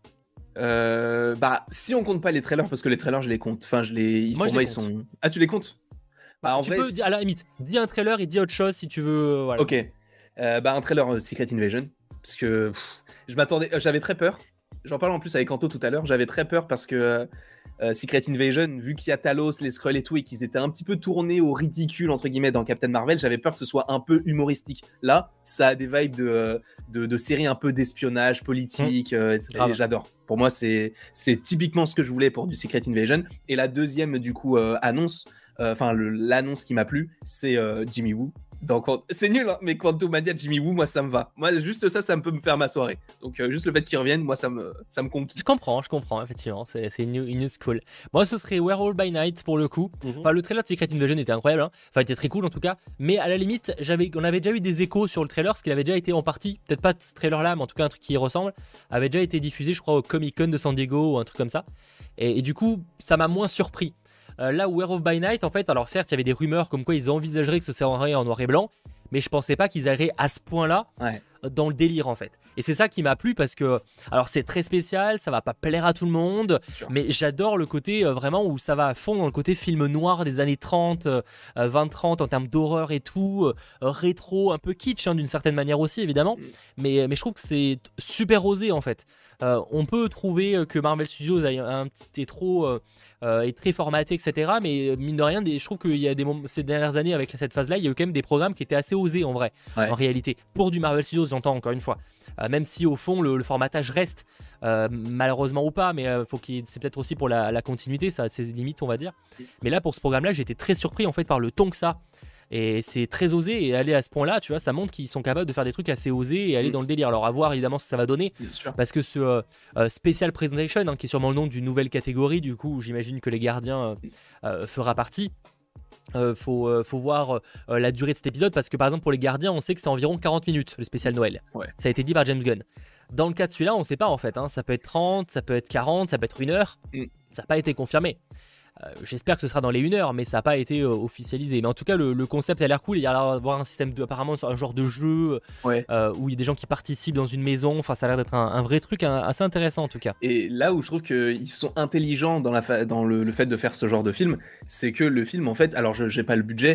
Euh, bah, si on compte pas les trailers, parce que les trailers, je les compte. Enfin, je les. Moi, pour je moi, les ils compte. sont. Ah, tu les comptes? Bah, en tu vrai. peux, si- dire- à la limite, dis un trailer et dis autre chose si tu veux. euh, Voilà. Ok. Euh, bah, un trailer euh, Secret Invasion. Parce que pff, je m'attendais. euh, J'avais très peur. J'en parle en plus avec Anto tout à l'heure. J'avais très peur parce que euh, euh, Secret Invasion, vu qu'il y a Talos, les Skrulls et tout, et qu'ils étaient un petit peu tournés au ridicule, entre guillemets, dans Captain Marvel, j'avais peur que ce soit un peu humoristique. Là, ça a des vibes de, euh, de, de série un peu d'espionnage politique. euh, et Grave. J'adore. Pour moi, c'est c'est typiquement ce que je voulais pour du Secret Invasion. Et la deuxième, du coup, euh, annonce, enfin, le- l'annonce qui m'a plu, c'est euh, Jimmy Woo. Donc, on- c'est nul, hein, mais Quantumania, Jimmy Woo, moi, ça me va. Moi, juste ça, ça me peut me faire ma soirée. Donc, euh, juste le fait qu'il revienne, moi, ça me, ça me conquit. Je comprends, je comprends, effectivement. C'est c'est une, news- une news cool. Moi, ce serait Werewolf by Night pour le coup. Mhm. Enfin, le trailer de Secret Invasion était incroyable. Hein. Enfin, il était très cool en tout cas. Mais à la limite, j'avais, on avait déjà eu des échos sur le trailer, parce qu'il avait déjà été en partie, peut-être pas ce trailer-là, mais en tout cas un truc qui y ressemble, avait déjà été diffusé, je crois, au Comic Con de San Diego ou un truc comme ça. Et, et du coup, ça m'a moins surpris. Euh, là où Werewolf by Night, en fait, alors certes, il y avait des rumeurs comme quoi ils envisageraient que ce serait en noir et blanc, mais je pensais pas qu'ils allaient à ce point-là Ouais. dans le délire en fait. Et c'est ça qui m'a plu parce que, alors c'est très spécial, ça va pas plaire à tout le monde, C'est sûr. mais j'adore le côté euh, vraiment où ça va à fond dans le côté film noir des années trente, euh, vingt trente en termes d'horreur et tout, euh, rétro, un peu kitsch hein, d'une certaine manière aussi évidemment, Mm. mais, mais je trouve que c'est super osé en fait. Euh, on peut trouver que Marvel Studios a un petit est trop euh, euh, est très formaté, et cetera. Mais mine de rien, des, je trouve qu'il y a des moments, ces dernières années avec cette phase-là, il y a eu quand même des programmes qui étaient assez osés en vrai, Ouais. en réalité. Pour du Marvel Studios, j'entends encore une fois. Euh, même si au fond le, le formatage reste, euh, malheureusement ou pas, mais euh, faut qu'il y ait- c'est peut-être aussi pour la, la continuité, ça a ses limites, on va dire. Mais là, pour ce programme-là, j'ai été très surpris en fait par le ton que ça. Et c'est très osé, et aller à ce point-là, tu vois, ça montre qu'ils sont capables de faire des trucs assez osés et aller Mm. dans le délire. Alors à voir évidemment ce que ça va donner, Bien sûr. parce que ce euh, euh, Special Presentation, hein, qui est sûrement le nom d'une nouvelle catégorie, du coup, j'imagine que les gardiens euh, euh, fera partie. Euh, faut, euh, faut voir euh, la durée de cet épisode, parce que par exemple pour les gardiens, on sait que c'est environ quarante minutes le spécial Noël. Ouais. Ça a été dit par James Gunn. Dans le cas de celui-là, on sait pas en fait. Hein. Ça peut être trente, ça peut être quarante, ça peut être une heure. Mm. Ça n'a pas été confirmé. Euh, J'espère que ce sera dans les une heure, mais ça n'a pas été euh, officialisé. Mais en tout cas, le, le concept a l'air cool. Il y a l'air d'avoir un système, de, apparemment, un genre de jeu Ouais. euh, où il y a des gens qui participent dans une maison. Enfin, ça a l'air d'être un, un vrai truc un- assez intéressant en tout cas. Et là où je trouve qu'ils sont intelligents dans, la fa- dans le, le fait de faire ce genre de film, c'est que le film, en fait, alors je j'ai pas le budget,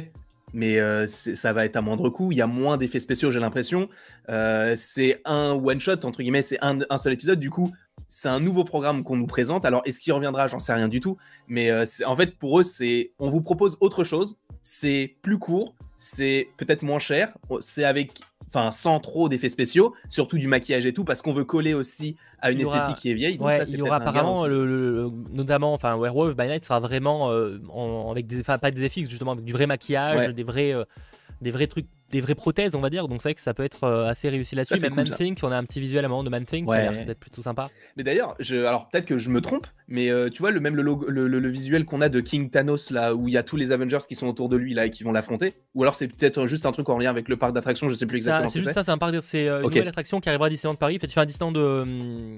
mais euh, ça va être à moindre coût. Il y a moins d'effets spéciaux, j'ai l'impression. Euh, c'est un one-shot, entre guillemets, c'est un, un seul épisode. Du coup, c'est un nouveau programme qu'on nous présente. Alors, est-ce qu'il reviendra? J'en sais rien du tout. Mais euh, en fait, pour eux, c'est on vous propose autre chose. C'est plus court, c'est peut-être moins cher, c'est avec... Enfin, sans trop d'effets spéciaux, surtout du maquillage et tout, parce qu'on veut coller aussi à une aura... esthétique qui est vieille. Donc ouais, ça, c'est il y aura apparemment, le, le, notamment, enfin, Werewolf by Night sera vraiment euh, en, avec des, enfin, pas des effets, justement, avec du vrai maquillage, ouais. des vrais, euh, des vrais trucs, des vraies prothèses, on va dire. Donc c'est vrai que ça peut être euh, assez réussi là-dessus. Même cool, Man-Thing, on a un petit visuel à un moment de Man-Thing ouais. qui a l'air d'être plutôt sympa. Mais d'ailleurs, je... alors peut-être que je me trompe, mais euh, tu vois, le même le, logo, le, le, le visuel qu'on a de King Thanos là, où il y a tous les Avengers qui sont autour de lui là et qui vont l'affronter, ou alors c'est peut-être juste un truc en lien avec le parc d'attractions, je sais plus exactement. C'est juste ça, c'est un parc, c'est euh, une okay. nouvelle attraction qui arrivera à Disneyland Paris. En fait, tu fais un Disneyland de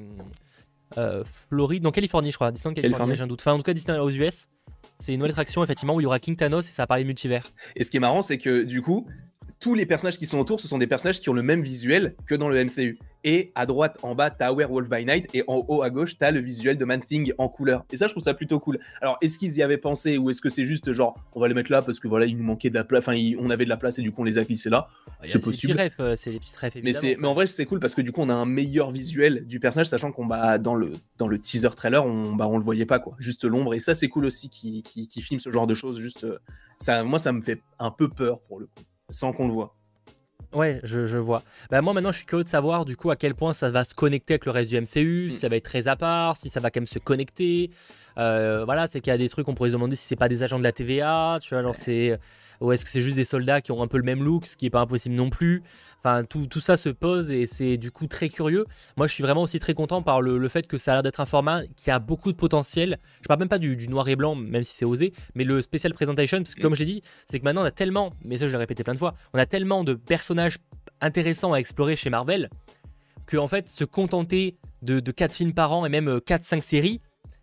euh, Floride, non Californie, je crois, Disneyland Californie, Californie. J'ai un doute. Enfin, en tout cas, Disneyland aux U S. C'est une nouvelle attraction effectivement où il y aura King Thanos et ça va parler de multivers. Et ce qui est marrant, c'est que du coup, tous les personnages qui sont autour, ce sont des personnages qui ont le même visuel que dans le M C U. Et à droite, en bas, t'as Werewolf by Night, et en haut à gauche, t'as le visuel de Man-Thing en couleur. Et ça, je trouve ça plutôt cool. Alors, est-ce qu'ils y avaient pensé, ou est-ce que c'est juste genre, on va les mettre là parce que voilà, il nous manquait de la place, enfin, il... on avait de la place et du coup, on les a glissés là. C'est possible. Des petits refs, c'est des petits refs, évidemment. Mais, mais en vrai, c'est cool parce que du coup, on a un meilleur visuel du personnage, sachant qu'on bah, dans le dans le teaser trailer, on bah, on le voyait pas quoi, juste l'ombre. Et ça, c'est cool aussi qui qui, qui filme ce genre de choses. Juste, ça, moi, ça me fait un peu peur pour le coup, sans qu'on le voit. Ouais, je, je vois. Bah moi maintenant je suis curieux de savoir du coup à quel point ça va se connecter avec le reste du M C U, mm. si ça va être très à part, si ça va quand même se connecter. Euh, voilà, c'est qu'il y a des trucs qu'on pourrait se demander si c'est pas des agents de la T V A, tu vois, genre c'est... Ou est-ce que c'est juste des soldats qui ont un peu le même look, ce qui est pas impossible non plus. Enfin, tout, tout ça se pose et c'est du coup très curieux. Moi, je suis vraiment aussi très content par le, le fait que ça a l'air d'être un format qui a beaucoup de potentiel. Je parle même pas du, du noir et blanc, même si c'est osé, mais le special presentation, parce que comme je l'ai dit, c'est que maintenant on a tellement, mais ça je l'ai répété plein de fois, on a tellement de personnages intéressants à explorer chez Marvel que en fait, se contenter de, de quatre films par an et même quatre cinq séries,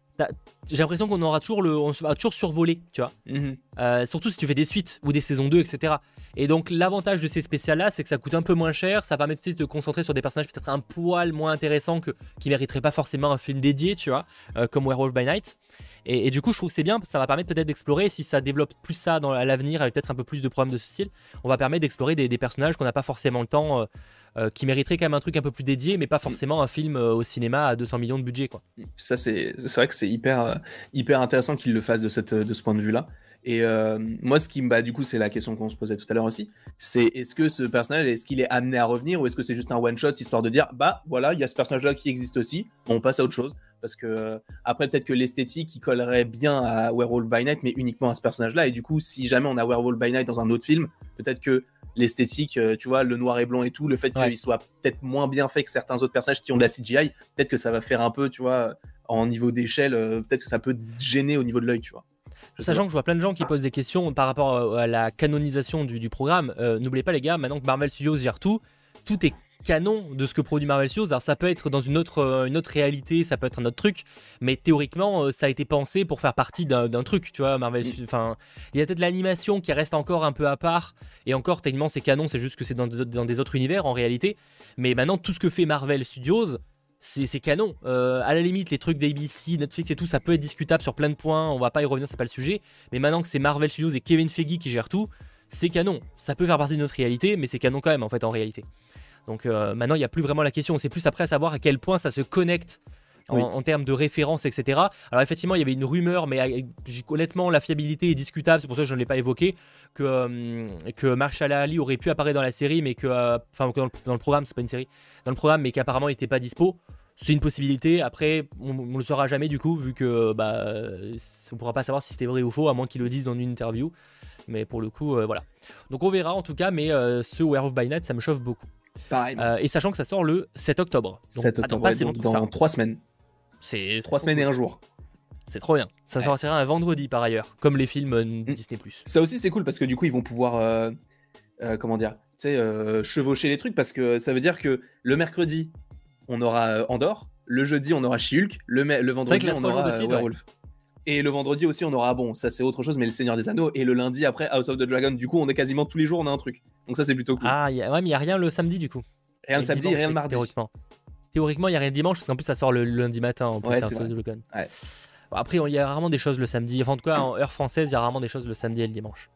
j'ai l'impression qu'on aura toujours le, on va toujours survoler, tu vois. Mm-hmm. Euh, surtout si tu fais des suites ou des saisons deux, et cetera. Et donc l'avantage de ces spéciales là, c'est que ça coûte un peu moins cher, ça permet de te concentrer sur des personnages peut-être un poil moins intéressants que qui mériteraient pas forcément un film dédié, tu vois, euh, comme Werewolf by Night. Et, et du coup, je trouve que c'est bien, ça va permettre peut-être d'explorer. Si ça développe plus ça dans, à l'avenir, avec peut-être un peu plus de programmes de ce style, on va permettre d'explorer des, des personnages qu'on n'a pas forcément le temps. Euh, Euh, qui mériterait quand même un truc un peu plus dédié, mais pas forcément un film euh, au cinéma à deux cents millions de budget, quoi. Ça, c'est, c'est vrai que c'est hyper, euh, hyper intéressant qu'ils le fassent de, cette, de ce point de vue-là. Et euh, moi, ce qui me bat, du coup, c'est la question qu'on se posait tout à l'heure aussi. C'est est-ce que ce personnage, est-ce qu'il est amené à revenir ou est-ce que c'est juste un one-shot histoire de dire, bah voilà, il y a ce personnage-là qui existe aussi, on passe à autre chose. Parce que euh, après, peut-être que l'esthétique, il collerait bien à Werewolf by Night, mais uniquement à ce personnage-là. Et du coup, si jamais on a Werewolf by Night dans un autre film, peut-être que l'esthétique, euh, tu vois, le noir et blanc et tout, le fait ouais. qu'il soit peut-être moins bien fait que certains autres personnages qui ont de la C G I, peut-être que ça va faire un peu, tu vois, en niveau d'échelle, euh, peut-être que ça peut gêner au niveau de l'œil, tu vois. Je Sachant que je vois plein de gens qui posent des questions par rapport à la canonisation du, du programme, euh, n'oubliez pas les gars, maintenant que Marvel Studios gère tout, tout est canon de ce que produit Marvel Studios. Alors ça peut être dans une autre, une autre réalité, ça peut être un autre truc, mais théoriquement ça a été pensé pour faire partie d'un, d'un truc, tu vois. Marvel, enfin, il y a peut-être l'animation qui reste encore un peu à part, et encore techniquement c'est canon, c'est juste que c'est dans, dans des autres univers en réalité. Mais maintenant tout ce que fait Marvel Studios, c'est, c'est canon. Euh, à la limite les trucs d'A B C, Netflix et tout, ça peut être discutable sur plein de points, on va pas y revenir, c'est pas le sujet. Mais maintenant que c'est Marvel Studios et Kevin Feige qui gèrent tout, c'est canon. Ça peut faire partie de notre réalité, mais c'est canon quand même en fait en réalité. Donc euh, maintenant, il n'y a plus vraiment la question. C'est plus après à savoir à quel point ça se connecte en, oui. en termes de références, et cetera. Alors effectivement, il y avait une rumeur, mais honnêtement, la fiabilité est discutable. C'est pour ça que je ne l'ai pas évoqué. Que, euh, que Mahershala Ali aurait pu apparaître dans la série, mais que, enfin, euh, dans, dans le programme, c'est pas une série, dans le programme, mais qu'apparemment il n'était pas dispo. C'est une possibilité. Après, on ne le saura jamais du coup, vu que bah, on ne pourra pas savoir si c'était vrai ou faux, à moins qu'ils le disent dans une interview. Mais pour le coup, euh, voilà. Donc on verra en tout cas, mais euh, ce Werewolf by Night, ça me chauffe beaucoup. Pareil. Euh, et sachant que ça sort le sept octobre. Donc, sept octobre, pas, ouais, donc dans trois semaines. C'est trois semaines et un jour. C'est trop bien. Ça ouais. sortira un vendredi par ailleurs, comme les films mmh. Disney plus. Ça aussi c'est cool parce que du coup ils vont pouvoir, euh, euh, comment dire, tu sais, euh, chevaucher les trucs parce que ça veut dire que le mercredi on aura euh, Andor, le jeudi on aura She-Hulk, le, le vendredi on aura euh, Werewolf. Ouais. Et le vendredi aussi, on aura, bon, ça c'est autre chose, mais le Seigneur des Anneaux. Et le lundi, après, House of the Dragon. Du coup, on est quasiment tous les jours, on a un truc. Donc ça, c'est plutôt cool. Ah, y a, ouais, mais il n'y a rien le samedi, du coup. Rien le samedi, dimanche, rien le mardi. Théoriquement. Théoriquement, il n'y a rien le dimanche, parce qu'en plus, ça sort le, le lundi matin. En plus, ouais, c'est c'est un vrai. Dragon. Ouais. Bon, après, il y a rarement des choses le samedi. Enfin, en tout cas, en heure française, il y a rarement des choses le samedi et le dimanche.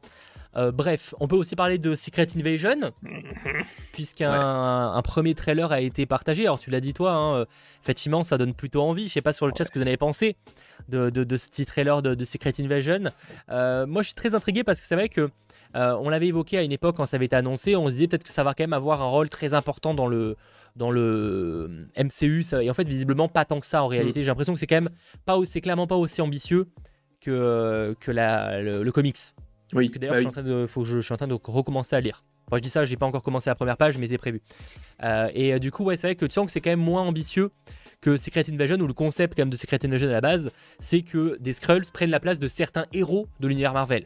Euh, bref, on peut aussi parler de Secret Invasion, puisqu'un ouais. un premier trailer a été partagé. Alors tu l'as dit toi, hein, effectivement ça donne plutôt envie. Je sais pas sur le chat ouais. ce que vous en avez pensé de, de, de ce petit trailer de, de Secret Invasion. Euh, moi je suis très intrigué parce que c'est vrai que euh, on l'avait évoqué à une époque quand ça avait été annoncé. On se disait peut-être que ça va quand même avoir un rôle très important dans le, dans le M C U. Ça, et en fait visiblement pas tant que ça en réalité. Mm. J'ai l'impression que c'est quand même pas, c'est clairement pas aussi ambitieux que, que la, le, le comics. Oui, d'ailleurs bah je, suis en train de, faut que je, je suis en train de recommencer à lire. Enfin je dis ça, j'ai pas encore commencé la première page mais c'est prévu. Euh, et euh, du coup ouais c'est vrai que tu sens que c'est quand même moins ambitieux que Secret Invasion, où le concept quand même de Secret Invasion à la base c'est que des Skrulls prennent la place de certains héros de l'univers Marvel.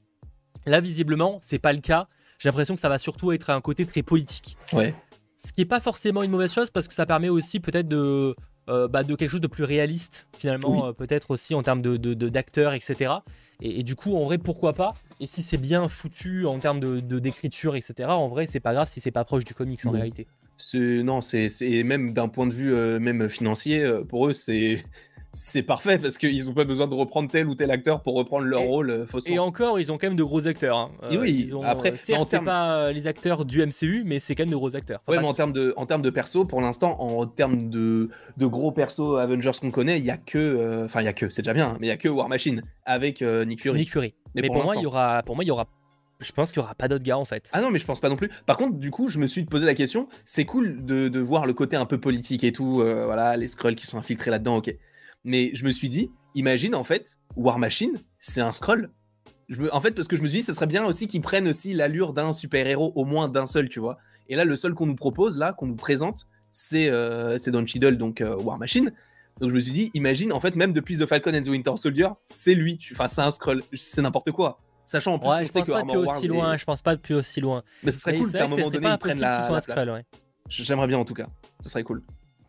Là visiblement c'est pas le cas. J'ai l'impression que ça va surtout être un côté très politique. Ouais. Ce qui est pas forcément une mauvaise chose parce que ça permet aussi peut-être de Euh, bah, de quelque chose de plus réaliste finalement, oui. euh, peut-être aussi en termes de, de, de, d'acteurs, et cetera. Et, et du coup, en vrai, pourquoi pas. Et si c'est bien foutu en termes de, de, d'écriture, et cetera, en vrai, c'est pas grave si c'est pas proche du comics en oui. réalité. C'est, non, c'est, c'est même d'un point de vue euh, même financier, euh, pour eux, c'est... C'est parfait parce qu'ils n'ont pas besoin de reprendre tel ou tel acteur pour reprendre leur et, rôle euh, faussement. Et encore, ils ont quand même de gros acteurs. Hein. Et oui, ils ont, après, certes, c'est termes... pas les acteurs du M C U, mais c'est quand même de gros acteurs. Enfin, ouais, mais en termes de, en termes de perso, pour l'instant, en termes de, de gros persos Avengers qu'on connaît, il y a que, enfin, euh, il y a que, c'est déjà bien, hein, mais il y a que War Machine avec euh, Nick Fury. Nick Fury. Mais, mais pour, pour moi, il y aura, pour moi, il y aura. Je pense qu'il n'y aura pas d'autres gars en fait. Ah non, mais je pense pas non plus. Par contre, du coup, je me suis posé la question. C'est cool de, de voir le côté un peu politique et tout. Euh, voilà, les Skrulls qui sont infiltrés là-dedans, ok. Mais je me suis dit, imagine en fait, War Machine, c'est un Skrull. Je me, en fait, parce que je me suis dit, ça serait bien aussi qu'ils prennent aussi l'allure d'un super-héros, au moins d'un seul, tu vois. Et là, le seul qu'on nous propose, là, qu'on nous présente, c'est, euh, c'est Don Cheadle, donc euh, War Machine. Donc je me suis dit, imagine, en fait, même depuis The Falcon and the Winter Soldier, c'est lui. Enfin, c'est un Skrull. C'est n'importe quoi. Sachant en plus ouais, qu'on je sait pense que pas Armor depuis Wars aussi est... loin, je pense pas depuis aussi loin. Mais ce serait mais cool qu'à un moment donné, ils prennent la, la place. Ouais. J'aimerais bien en tout cas. Ce serait cool.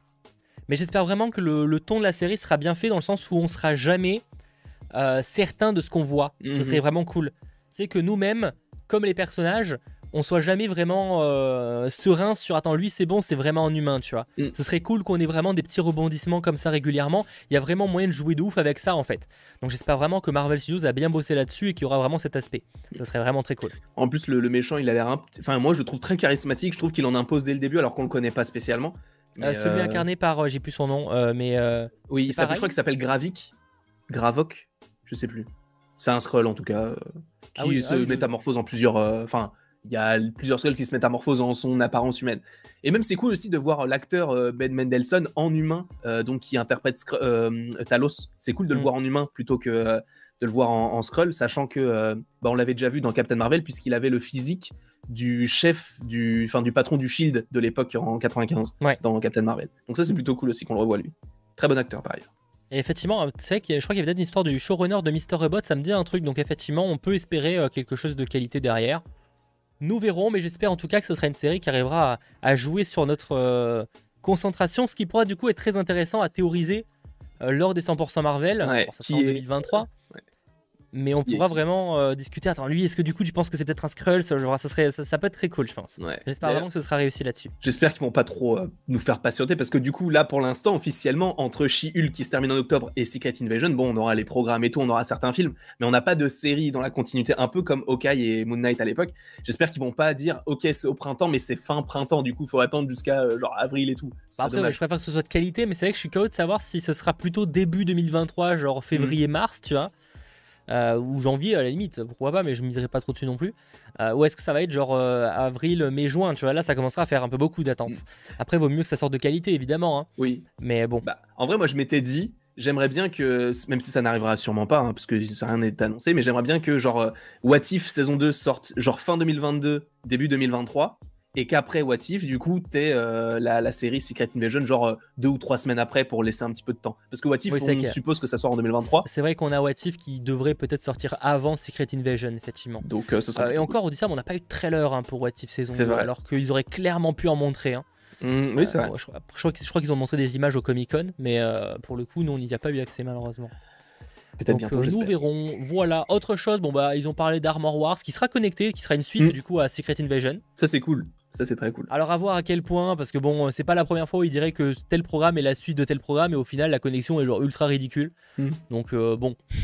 Mais j'espère vraiment que le, le ton de la série sera bien fait dans le sens où on sera jamais euh, certain de ce qu'on voit. Mm-hmm. Ce serait vraiment cool. C'est que nous-mêmes, comme les personnages, on soit jamais vraiment euh, serein sur attends lui c'est bon, c'est vraiment un humain, tu vois. Mm. Ce serait cool qu'on ait vraiment des petits rebondissements comme ça régulièrement. Il y a vraiment moyen de jouer de ouf avec ça en fait. Donc j'espère vraiment que Marvel Studios a bien bossé là-dessus et qu'il y aura vraiment cet aspect. Ça serait vraiment très cool. En plus le, le méchant il a l'air, un... enfin moi je le trouve très charismatique. Je trouve qu'il en impose dès le début alors qu'on le connaît pas spécialement. Mais euh, celui euh... incarné par, euh, j'ai plus son nom, euh, mais euh, oui, ça, je crois qu'il s'appelle Gravik, Gravok, je sais plus. C'est un Skrull en tout cas euh, qui ah oui, se ah oui, métamorphose oui. en plusieurs, enfin. Euh, il y a plusieurs Skrulls qui se métamorphosent en son apparence humaine. Et même c'est cool aussi de voir l'acteur euh, Ben Mendelsohn en humain, euh, donc qui interprète Skr- euh, Talos. C'est cool de mm. le voir en humain plutôt que euh, de le voir en, en Skrull, sachant que euh, bah, on l'avait déjà vu dans Captain Marvel puisqu'il avait le physique du chef, du, enfin du patron du Shield de l'époque en quatre-vingt-quinze ouais. dans Captain Marvel. Donc ça c'est plutôt cool aussi qu'on le revoit lui. Très bon acteur par ailleurs. Et effectivement, tu sais, je crois qu'il y avait peut-être une histoire du showrunner de mister Robot, ça me dit un truc, donc effectivement on peut espérer euh, quelque chose de qualité derrière. Nous verrons, mais j'espère en tout cas que ce sera une série qui arrivera à, à jouer sur notre euh, concentration, ce qui pourra du coup être très intéressant à théoriser euh, lors des cent pour cent Marvel, ouais, bon, ça sera en deux mille vingt-trois. Ouais. Mais on qui pourra est... vraiment euh, discuter. Attends, lui, est-ce que du coup tu penses que c'est peut-être un Skrull? ça, ça, serait, ça, ça peut être très cool, je pense. Ouais. J'espère D'ailleurs, vraiment que ce sera réussi là-dessus. J'espère qu'ils vont pas trop euh, nous faire patienter parce que du coup, là pour l'instant, officiellement, entre She-Hulk qui se termine en octobre et Secret Invasion, bon, on aura les programmes et tout, on aura certains films, mais on n'a pas de série dans la continuité, un peu comme Hawkeye et Moon Knight à l'époque. J'espère qu'ils vont pas dire, ok, c'est au printemps, mais c'est fin printemps, du coup, il faut attendre jusqu'à euh, genre avril et tout. Bah après, ouais, je préfère que ce soit de qualité, mais c'est vrai que je suis curieux de savoir si ce sera plutôt début deux mille vingt-trois, genre février-mars, mmh. tu vois. Euh, ou janvier à la limite, pourquoi pas, mais je ne miserai pas trop dessus non plus. Euh, ou est-ce que ça va être genre euh, avril, mai, juin, tu vois, là ça commencera à faire un peu beaucoup d'attentes. Après, il vaut mieux que ça sorte de qualité, évidemment. Hein. Oui. Mais bon. Bah, en vrai, moi je m'étais dit, j'aimerais bien que, même si ça n'arrivera sûrement pas, hein, parce que ça rien n'est annoncé, mais j'aimerais bien que genre euh, What If saison deux sorte genre fin deux mille vingt-deux, début deux mille vingt-trois. Et qu'après What If, du coup, t'es euh, la, la série Secret Invasion, genre euh, deux ou trois semaines après pour laisser un petit peu de temps. Parce que What If, oui, on suppose que ça sort en deux mille vingt-trois. C'est vrai qu'on a What If qui devrait peut-être sortir avant Secret Invasion, effectivement. Donc, euh, ce sera euh, et cool. Encore, on dit ça, mais on n'a pas eu de trailer hein, pour What If saison deux, vrai. Alors qu'ils auraient clairement pu en montrer. Hein. Mmh, oui, c'est euh, vrai. Je, je, crois, je crois qu'ils ont montré des images au Comic-Con, mais euh, pour le coup, nous, on n'y a pas eu accès, malheureusement. Peut-être Donc, bientôt, euh, j'espère. Nous verrons. Voilà, autre chose, bon bah ils ont parlé d'Armor Wars qui sera connecté, qui sera une suite mmh. du coup à Secret Invasion. Ça c'est cool. Ça c'est très cool. Alors à voir à quel point, parce que bon, c'est pas la première fois où ils diraient que tel programme est la suite de tel programme et au final la connexion est genre ultra ridicule. Mmh. Donc euh, bon,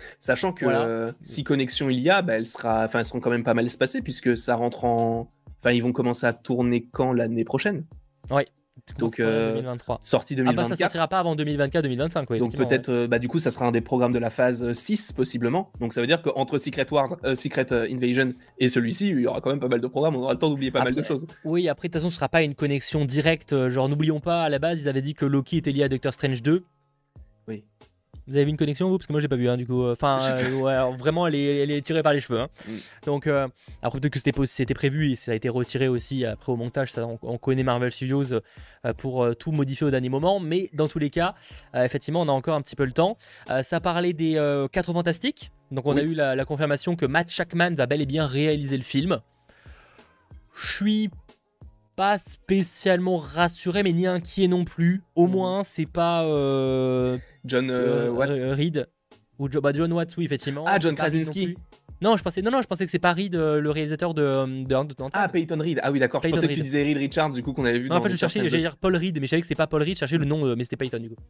Sachant que Voilà. euh, si connexion il y a, bah, elle sera, enfin, elles seront quand même pas mal espacées puisque ça rentre en, enfin, ils vont commencer à tourner quand l'année prochaine. Ouais. Donc, euh, euh, deux mille vingt-trois. Sortie Ah bah ça deux mille vingt-quatre. sortira pas avant deux mille vingt-quatre deux mille vingt-cinq. Ouais, Donc effectivement, peut-être, ouais. euh, bah du coup, ça sera un des programmes de la phase six possiblement. Donc ça veut dire qu'entre Secret Wars, euh, Secret euh, Invasion et celui-ci, il y aura quand même pas mal de programmes. On aura le temps d'oublier pas mal de Après- choses. Oui, après de toute façon, ce sera pas une connexion directe. euh, Genre, n'oublions pas, à la base, ils avaient dit que Loki était lié à Doctor Strange deux. Oui. Vous avez vu une connexion, vous? Parce que moi, j'ai pas vu, hein, du coup. Enfin, euh, ouais, alors, vraiment, elle est, elle est tirée par les cheveux. Hein. Mm. Donc, euh, après, peut-être que c'était, pas- c'était prévu et ça a été retiré aussi après au montage. Ça, on, on connaît Marvel Studios euh, pour euh, tout modifier au dernier moment. Mais dans tous les cas, euh, effectivement, on a encore un petit peu le temps. Euh, ça parlait des euh, quatre Fantastiques. Donc, on Oui. a eu la, la confirmation que Matt Shakman va bel et bien réaliser le film. Je suis pas spécialement rassuré, mais ni inquiet non plus. Au Mhm. moins, c'est pas euh, John euh, euh, Watts. euh, Reed ou Jo- bah, John Watts, oui, effectivement. Ah, John C'est pas Reed non Krasinski. plus. Non, je pensais, non, non, je pensais que c'est pas Reed, euh, le réalisateur de, de, de, de Ah, Peyton Reed. Ah oui, d'accord. Je Peyton pensais que tu Reed. disais Reed Richards, du coup, qu'on avait vu. Non, dans en fait, je Doctor cherchais, Strange j'allais deux. dire Paul Reed, mais je savais que c'était pas Paul Reed, je cherchais le nom, euh, mais c'était Peyton du coup.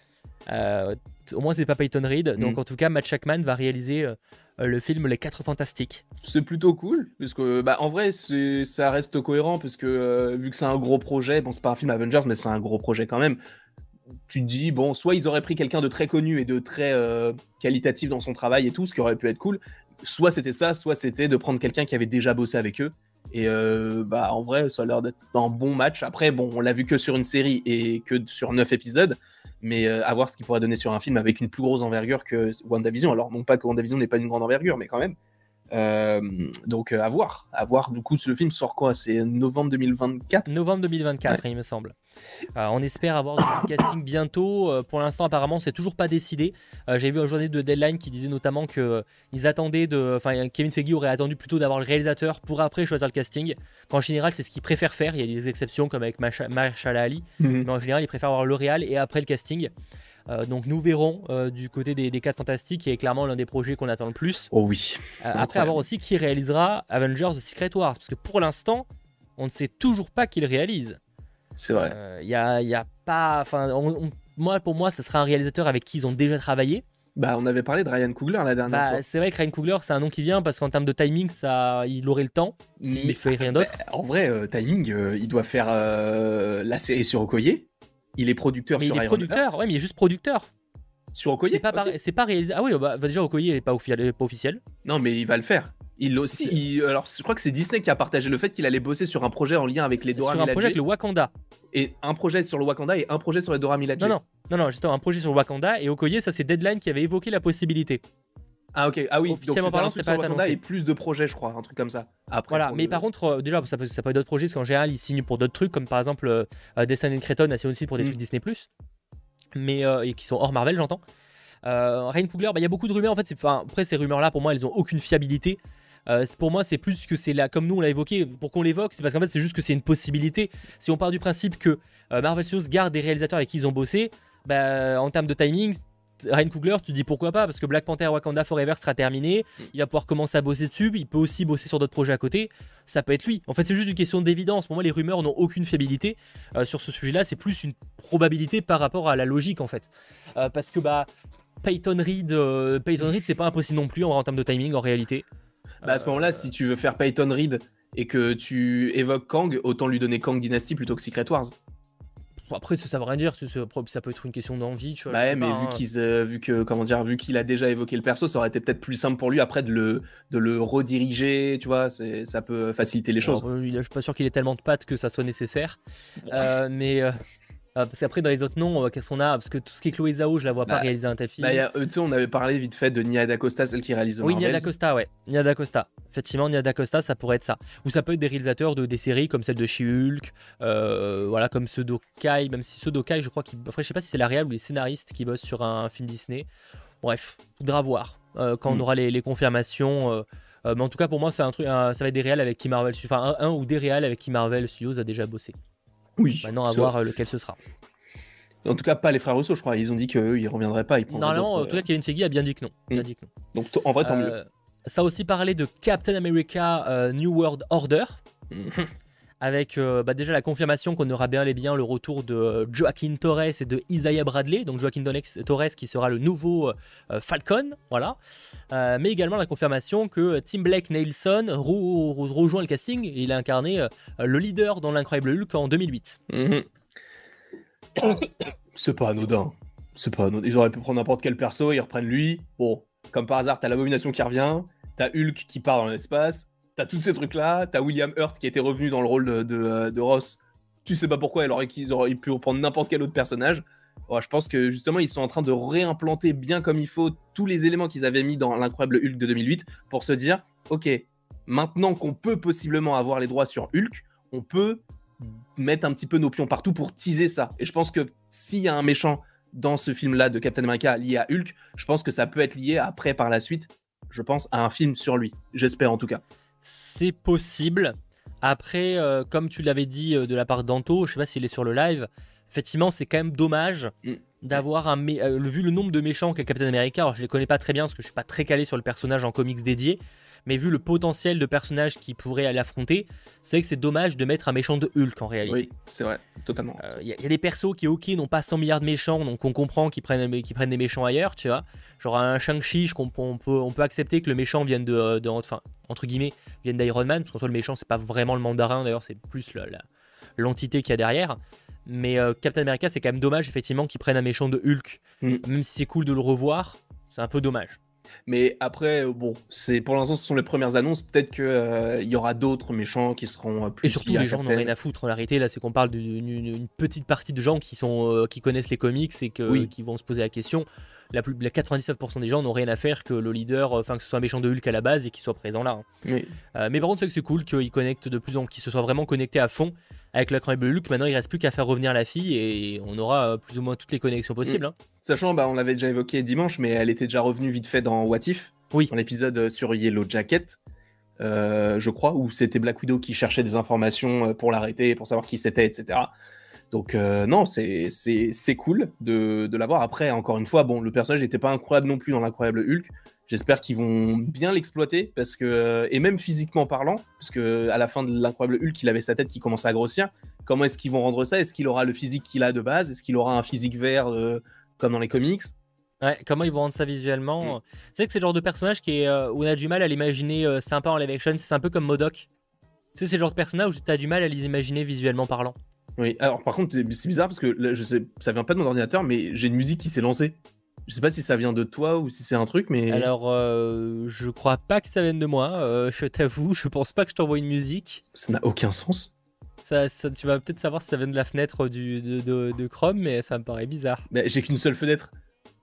Euh, t- au moins, c'est pas Peyton Reed. Donc, Mm. en tout cas, Matt Shakman va réaliser euh, le film Les quatre Fantastiques. C'est plutôt cool, parce que, bah, en vrai, c'est- ça reste cohérent, parce que euh, vu que c'est un gros projet, bon, c'est pas un film Avengers, mais c'est un gros projet quand même. Tu te dis, bon, soit ils auraient pris quelqu'un de très connu et de très euh, qualitatif dans son travail et tout, ce qui aurait pu être cool. Soit c'était ça, soit c'était de prendre quelqu'un qui avait déjà bossé avec eux. Et euh, bah, en vrai, ça a l'air d'être un bon match. Après, bon, on l'a vu que sur une série et que sur neuf épisodes, mais euh, à voir ce qu'il pourrait donner sur un film avec une plus grosse envergure que WandaVision. Alors, non pas que WandaVision n'est pas une grande envergure, mais quand même. Euh, donc, euh, à voir. À voir. Du coup, le film sort quoi? C'est novembre deux mille vingt-quatre. Novembre deux mille vingt-quatre, il me semble. Euh, on espère avoir du casting bientôt. Euh, pour l'instant, apparemment, c'est toujours pas décidé. Euh, J'ai vu un journaliste de Deadline qui disait notamment que euh, ils attendaient de, enfin, Kevin Feige aurait attendu plutôt d'avoir le réalisateur pour après choisir le casting. Qu'en général, c'est ce qu'il préfère faire. Il y a des exceptions comme avec Macha- Mahershala Ali, Mhm. mais en général, il préfère avoir le réal et après le casting. Euh, donc nous verrons euh, du côté des, des quatre Fantastiques, qui est clairement l'un des projets qu'on attend le plus. Oh oui. Euh, après, avoir aussi qui réalisera Avengers Secret Wars, parce que pour l'instant, on ne sait toujours pas qui le réalise. C'est vrai. Il y a, y a pas, enfin, on- on- moi pour moi, ce sera un réalisateur avec qui ils ont déjà travaillé. Bah, on avait parlé de Ryan Coogler la dernière Bah, fois. c'est vrai que Ryan Coogler, c'est un nom qui vient parce qu'en termes de timing, ça, il aurait le temps s'il Mais- fait rien d'autre. Bah, en vrai, euh, timing, euh, il doit faire euh, la série sur Okoye. Il est producteur Mais sur il est Iron producteur, Heart. ouais, mais il est juste producteur. Sur Okoye C'est pas, aussi. pareil- c'est pas réalisé. Ah oui, bah, déjà Okoye il est pas, offi- il est pas officiel. Non, mais il va le faire. Il aussi. il- Alors, je crois que c'est Disney qui a partagé le fait qu'il allait bosser sur un projet en lien avec les Dora Sur un projet Milaje. avec le Wakanda. Et un projet sur le Wakanda et un projet sur les Dora Milaje. Non, non, non, non, justement, un projet sur le Wakanda et Okoye, ça c'est Deadline qui avait évoqué la possibilité. Ah, ok. Ah oui, donc Officiellement c'était parlant, un truc c'est sur pas Wakanda annoncé. et plus de projets, je crois. Un truc comme ça. Après, Voilà, pour mais le- par contre, euh, déjà, ça peut, ça peut être d'autres projets, parce qu'en général, ils signent pour d'autres trucs, comme par exemple euh, euh, Destin and Creighton a signé aussi pour des Mm. trucs Disney plus, mais euh, et qui sont hors Marvel, j'entends. Euh, Ryan Coogler, bah, il y a beaucoup de rumeurs, en fait, c'est- enfin, après ces rumeurs-là, pour moi, elles ont aucune fiabilité. Euh, c'est- pour moi, c'est plus que c'est là, comme nous on l'a évoqué, pour qu'on l'évoque, c'est parce qu'en fait, c'est juste que c'est une possibilité. Si on part du principe que euh, Marvel Studios garde des réalisateurs avec qui ils ont bossé, bah, en termes de timing, Ryan Coogler, tu te dis pourquoi pas, parce que Black Panther Wakanda Forever sera terminé, il va pouvoir commencer à bosser dessus, il peut aussi bosser sur d'autres projets à côté, ça peut être lui. En fait, c'est juste une question d'évidence. Pour moi, les rumeurs n'ont aucune fiabilité euh, sur ce sujet-là, c'est plus une probabilité par rapport à la logique en fait. Euh, parce que bah, Peyton Reed, euh, Peyton Reed, c'est pas impossible non plus en, en termes de timing en réalité. Bah, à ce moment-là, si tu veux faire Peyton Reed et que tu évoques Kang, autant lui donner Kang Dynasty plutôt que Secret Wars. Bon, après, ça, ça veut rien dire, ça, ça- ça peut être une question d'envie, tu vois. Bah je ouais, sais mais pas, vu hein. qu'ils, euh, vu que comment dire, vu qu'il a déjà évoqué le perso, ça aurait été peut-être plus simple pour lui après de le, de le rediriger, tu vois, c'est, ça peut faciliter les choses. Alors, euh, il a- je suis pas sûr qu'il ait tellement de pattes que ça soit nécessaire. Euh, mais euh, euh, parce qu'après dans les autres noms, euh, qu'est-ce qu'on a? Parce que tout ce qui est Chloé Zhao, je la vois pas Bah, réaliser un tel film. Bah, y a, euh, tu sais, on avait parlé vite fait de Nia DaCosta, celle qui réalise The oui, Nia Marvels. DaCosta, ouais. Nia DaCosta. Effectivement, Nia DaCosta, ça pourrait être ça. Ou ça peut être des réalisateurs de des séries comme celle de She-Hulk, euh, voilà, comme ceux d'Okai, même si ceux d'Okai, je crois qu'ils. Enfin, je sais pas si c'est la réal ou les scénaristes qui bossent sur un film Disney. Bref, faudra voir euh, quand on Mm. aura les, les confirmations. euh, euh, mais en tout cas, pour moi, c'est un truc, un- ça va être des réals avec qui Marvel, enfin un, un ou des réals avec qui Marvel Studios a déjà bossé. Oui. Maintenant, à c'est voir euh, lequel ce sera. En tout cas, pas les frères Russo, je crois. Ils ont dit qu'eux, ils reviendraient pas. Ils prendraient Normalement, en d'autres, tout cas, Kevin Feige a bien dit que non. Bien Mm. dit que non. euh, Donc, t- en vrai, tant mieux. Euh, Ça a aussi parlé de Captain America euh, New World Order. Mhm. avec euh, bah, déjà la confirmation qu'on aura bien et bien le retour de euh, Joaquin Torres et de Isaiah Bradley, donc Joaquin Torres qui sera le nouveau euh, Falcon, voilà, euh, mais également la confirmation que Tim Blake Nelson re re rejoint le casting et il a incarné euh, le leader dans l'Incroyable Hulk en deux mille huit. Mm-hmm. C'est pas anodin, c'est pas anodin. Ils auraient pu prendre n'importe quel perso, ils reprennent lui, bon, comme par hasard, t'as l'Abomination qui revient, t'as Hulk qui part dans l'espace. T'as tous ces trucs-là, t'as William Hurt qui était revenu dans le rôle de, de, de Ross. Tu sais pas pourquoi, alors qu'ils auraient pu reprendre n'importe quel autre personnage. Ouais, je pense que justement, ils sont en train de réimplanter bien comme il faut tous les éléments qu'ils avaient mis dans l'Incroyable Hulk de deux mille huit pour se dire, ok, maintenant qu'on peut possiblement avoir les droits sur Hulk, on peut mettre un petit peu nos pions partout pour teaser ça. Et je pense que s'il y a un méchant dans ce film-là de Captain America lié à Hulk, je pense que ça peut être lié après, par la suite, je pense, à un film sur lui. J'espère en tout cas. C'est possible. Après, euh, comme tu l'avais dit euh, de la part d'Anto, je sais pas s'il est sur le live, effectivement, c'est quand même dommage mm. d'avoir un... Euh, vu le nombre de méchants qu'a Captain America, alors je les connais pas très bien parce que je suis pas très calé sur le personnage en comics dédié, mais vu le potentiel de personnages qui pourraient aller affronter, c'est vrai que c'est dommage de mettre un méchant de Hulk en réalité. Oui, c'est vrai, totalement. Il euh, y, y a des persos qui, ok, n'ont pas cent milliards de méchants, donc on comprend qu'ils prennent, qu'ils prennent des méchants ailleurs, tu vois. Genre un Shang-Chi, on peut, on, peut, on peut accepter que le méchant vienne de, de enfin, entre guillemets, vienne d'Iron Man, parce qu'en soi le méchant c'est pas vraiment le mandarin, d'ailleurs c'est plus la, la, l'entité qu'il y a derrière. Mais euh, Captain America, c'est quand même dommage effectivement qu'ils prennent un méchant de Hulk, mm. même si c'est cool de le revoir, c'est un peu dommage. Mais après, bon, c'est pour l'instant, ce sont les premières annonces. Peut-être qu'il euh, y aura d'autres méchants qui seront plus. Et surtout, les gens n'ont rien à foutre. En réalité, là, c'est qu'on parle d'une petite partie de gens qui sont euh, qui connaissent les comics et que, oui. qui vont se poser la question. La, plus, la quatre-vingt-dix-neuf pour cent des gens n'ont rien à faire que le leader, enfin que ce soit un méchant de Hulk à la base et qu'il soit présent là. Hein. Oui. Euh, mais par contre, c'est que c'est cool qu'ils connectent de plus en plus, qu'ils se soient vraiment connectés à fond avec l'Incroyable Hulk. Maintenant, il reste plus qu'à faire revenir la fille et on aura plus ou moins toutes les connexions possibles. Hein. Sachant, bah, on l'avait déjà évoqué dimanche, mais elle était déjà revenue vite fait dans What If, oui. dans l'épisode sur Yellow Jacket, euh, je crois, où c'était Black Widow qui cherchait des informations pour l'arrêter, pour savoir qui c'était, et cetera. Donc euh, non, c'est cool de, de l'avoir. Après, encore une fois, bon, le personnage n'était pas incroyable non plus dans l'Incroyable Hulk. J'espère qu'ils vont bien l'exploiter, parce que et même physiquement parlant, parce que à la fin de l'Incroyable Hulk, il avait sa tête qui commençait à grossir. Comment est-ce qu'ils vont rendre ça? Est-ce qu'il aura le physique qu'il a de base? Est-ce qu'il aura un physique vert euh, comme dans les comics? Ouais, comment ils vont rendre ça visuellement? mmh. C'est vrai que c'est le genre de personnage qui est, euh, où on a du mal à l'imaginer euh, sympa en live action. C'est un peu comme MODOK. Tu sais, c'est le genre de personnage où tu as du mal à les imaginer visuellement parlant. Oui, alors par contre, c'est bizarre parce que là, je sais, ça vient pas de mon ordinateur, mais j'ai une musique qui s'est lancée. Je sais pas si ça vient de toi ou si c'est un truc, mais... Alors, euh, je crois pas que ça vienne de moi, euh, je t'avoue, je pense pas que je t'envoie une musique. Ça n'a aucun sens. Ça, ça, tu vas peut-être savoir si ça vient de la fenêtre du, de, de, de Chrome, mais ça me paraît bizarre. Mais j'ai qu'une seule fenêtre.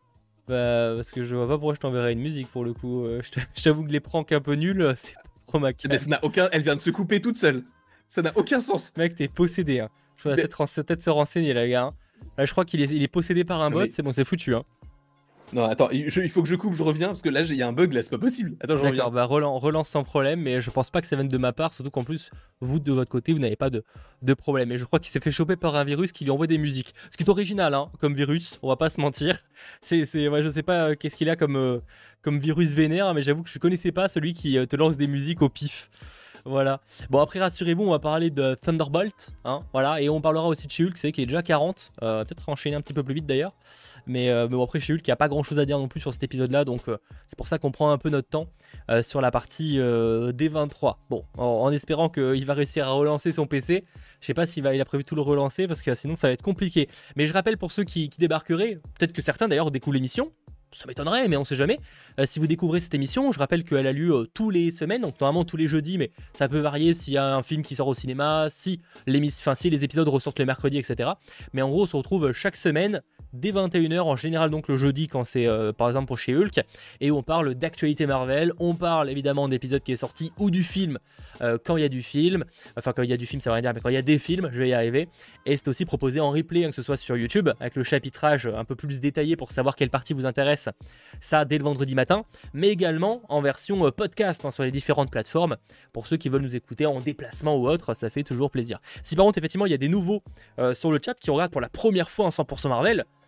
Bah, parce que je vois pas pourquoi je t'enverrais une musique pour le coup. Euh, je t'avoue que les pranks un peu nuls, c'est trop ma cam. Mais ça n'a aucun... Elle vient de se couper toute seule. Ça n'a aucun sens. Mec, t'es possédé, hein. Il faudrait peut-être mais... peut se renseigner, là, gars. Là, je crois qu'il est, il est possédé par un bot, mais... c'est bon, c'est foutu, hein. Non, attends, je, il faut que je coupe, je reviens, parce que là, il y a un bug, là, c'est pas possible. Attends, je reviens. D'accord, bah relance, relance sans problème, mais je pense pas que ça vienne de ma part, surtout qu'en plus, vous, de votre côté, vous n'avez pas de, de problème. Et je crois qu'il s'est fait choper par un virus qui lui envoie des musiques. Ce qui est original, hein, comme virus, on va pas se mentir. C'est, c'est, ouais, je sais pas euh, qu'est-ce qu'il a comme, euh, comme virus vénère, mais j'avoue que je connaissais pas celui qui euh, te lance des musiques au pif. Voilà. Bon, après, rassurez-vous, on va parler de Thunderbolt, hein, voilà, et on parlera aussi de She-Hulk, c'est qu'il est déjà quarante, euh, peut-être enchaîner un petit peu plus vite d'ailleurs, mais, euh, mais bon, après, She-Hulk, il n'y a pas grand-chose à dire non plus sur cet épisode-là, donc euh, c'est pour ça qu'on prend un peu notre temps euh, sur la partie euh, D vingt-trois. Bon, en, en espérant qu'il va réussir à relancer son P C, je sais pas s'il va, il a prévu de tout le relancer, parce que sinon, ça va être compliqué. Mais je rappelle pour ceux qui, qui débarqueraient, peut-être que certains d'ailleurs découvrent l'émission, ça m'étonnerait, mais on sait jamais. Euh, si vous découvrez cette émission, je rappelle qu'elle a lieu euh, tous les semaines, donc normalement tous les jeudis, mais ça peut varier s'il y a un film qui sort au cinéma, si, enfin, si les épisodes ressortent le mercredi, et cetera. Mais en gros, on se retrouve chaque semaine dès vingt et une heures, en général donc le jeudi quand c'est euh, par exemple pour chez Hulk, et où on parle d'actualité Marvel, on parle évidemment d'épisodes qui est sorti ou du film euh, quand il y a du film, enfin quand il y a du film ça veut rien dire, mais quand il y a des films, je vais y arriver, et c'est aussi proposé en replay, hein, que ce soit sur YouTube, avec le chapitrage un peu plus détaillé pour savoir quelle partie vous intéresse. Ça dès le vendredi matin, mais également en version podcast, hein, sur les différentes plateformes pour ceux qui veulent nous écouter en déplacement ou autre, ça fait toujours plaisir. Si par contre effectivement il y a des nouveaux euh, sur le chat qui regardent pour la première fois en cent pour cent Marvel,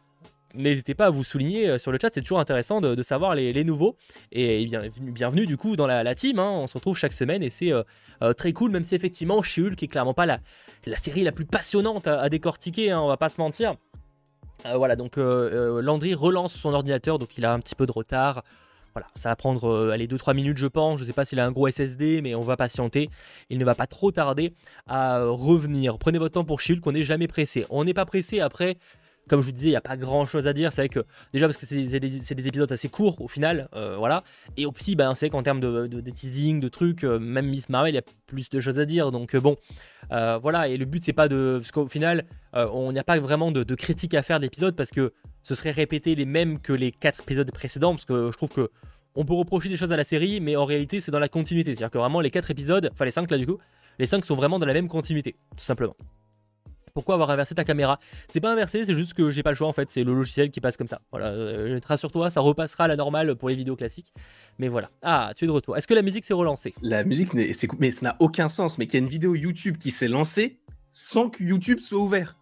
n'hésitez pas à vous souligner sur le chat, c'est toujours intéressant de, de savoir les, les nouveaux. Et bienvenue, bienvenue du coup dans la, la team, hein. On se retrouve chaque semaine et c'est euh, euh, très cool, même si effectivement She-Hulk est clairement pas la, la série la plus passionnante à, à décortiquer, hein, on va pas se mentir. Euh, voilà, donc euh, euh, Landry relance son ordinateur, donc il a un petit peu de retard. Voilà, ça va prendre euh, allez, deux trois minutes je pense, je sais pas s'il a un gros S S D, mais on va patienter. Il ne va pas trop tarder à euh, revenir. Prenez votre temps pour She-Hulk, on n'est jamais pressé. On n'est pas pressé après, comme je vous disais, il n'y a pas grand chose à dire. C'est vrai que, déjà parce que c'est des, des, des épisodes assez courts au final, euh, voilà. Et aussi, ben, c'est vrai qu'en termes de, de, de teasing, de trucs, euh, même Miss Marvel, il y a plus de choses à dire. Donc euh, bon, euh, voilà, et le but c'est pas de... Parce qu'au final, euh, on n'y a pas vraiment de, de critique à faire de l'épisode parce que ce serait répéter les mêmes que les quatre épisodes précédents, parce que je trouve que on peut reprocher des choses à la série, mais en réalité c'est dans la continuité, c'est-à-dire que vraiment les quatre épisodes, enfin les cinq là du coup, les cinq sont vraiment dans la même continuité, tout simplement. Pourquoi avoir inversé ta caméra? C'est pas inversé, c'est juste que j'ai pas le choix en fait, c'est le logiciel qui passe comme ça. Voilà, euh, rassure-toi, ça repassera à la normale pour les vidéos classiques, mais voilà. Ah, tu es de retour. Est-ce que la musique s'est relancée? La musique, mais ça n'a aucun sens, mais qu'il y a une vidéo YouTube qui s'est lancée sans que YouTube soit ouvert.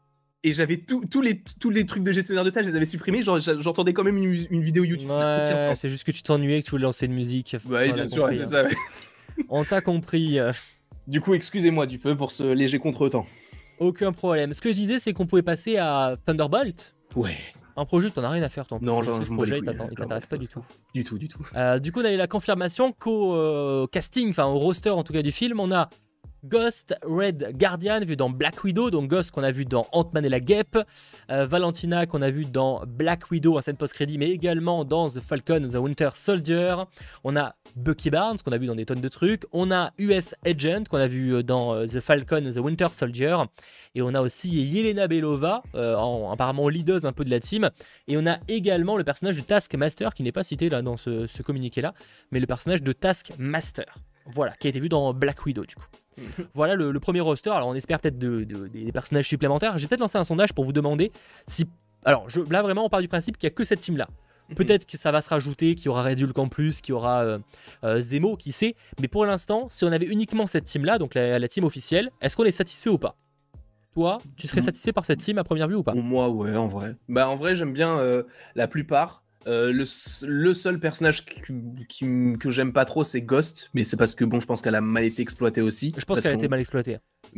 Et j'avais tous les, tous les trucs de gestionnaire de tâches, je les avais supprimés, j'entendais quand même une, une vidéo YouTube, ouais, ça n'a aucun sens. C'est juste que tu t'ennuyais, que tu voulais lancer une musique. Ouais, bien sûr, c'est ça. Ouais. On t'a compris. Du coup, excusez-moi du peu pour ce léger contretemps. Aucun problème. Ce que je disais, c'est qu'on pouvait passer à Thunderbolt. Ouais. Un projet, t'en as rien à faire, toi. Non, genre, ce projet, il t'intéresse pas du tout. Du tout, du tout. Euh, du coup, on a eu la confirmation qu'au euh, casting, enfin au roster en tout cas du film, on a Ghost, Red Guardian vu dans Black Widow, donc Ghost qu'on a vu dans Ant-Man et la Guêpe, euh, Valentina qu'on a vu dans Black Widow en scène post-crédit, mais également dans The Falcon The Winter Soldier. On a Bucky Barnes qu'on a vu dans des tonnes de trucs, on a U S Agent qu'on a vu dans euh, The Falcon The Winter Soldier, et on a aussi Yelena Belova, euh, en, apparemment leaduse un peu de la team, et on a également le personnage du Taskmaster qui n'est pas cité là dans ce, ce communiqué là, mais le personnage de Taskmaster. Voilà, qui a été vu dans Black Widow du coup. Voilà le, le premier roster. Alors on espère peut-être de, de, des personnages supplémentaires. J'ai peut-être lancé un sondage pour vous demander si... Alors je, là vraiment on part du principe qu'il n'y a que cette team là. Peut-être que ça va se rajouter, qu'il y aura Red Hulk en plus, qu'il y aura euh, euh, Zemo, qui sait. Mais pour l'instant, si on avait uniquement cette team là, donc la, la team officielle, est-ce qu'on est satisfait ou pas? Toi, tu serais satisfait par cette team à première vue ou pas? Moi ouais, en vrai. Bah en vrai j'aime bien euh, la plupart. Euh, le, le seul personnage qui, qui, que j'aime pas trop, c'est Ghost, mais c'est parce que bon, je pense qu'elle a mal été exploitée aussi. Je pense qu'elle a été mal exploitée.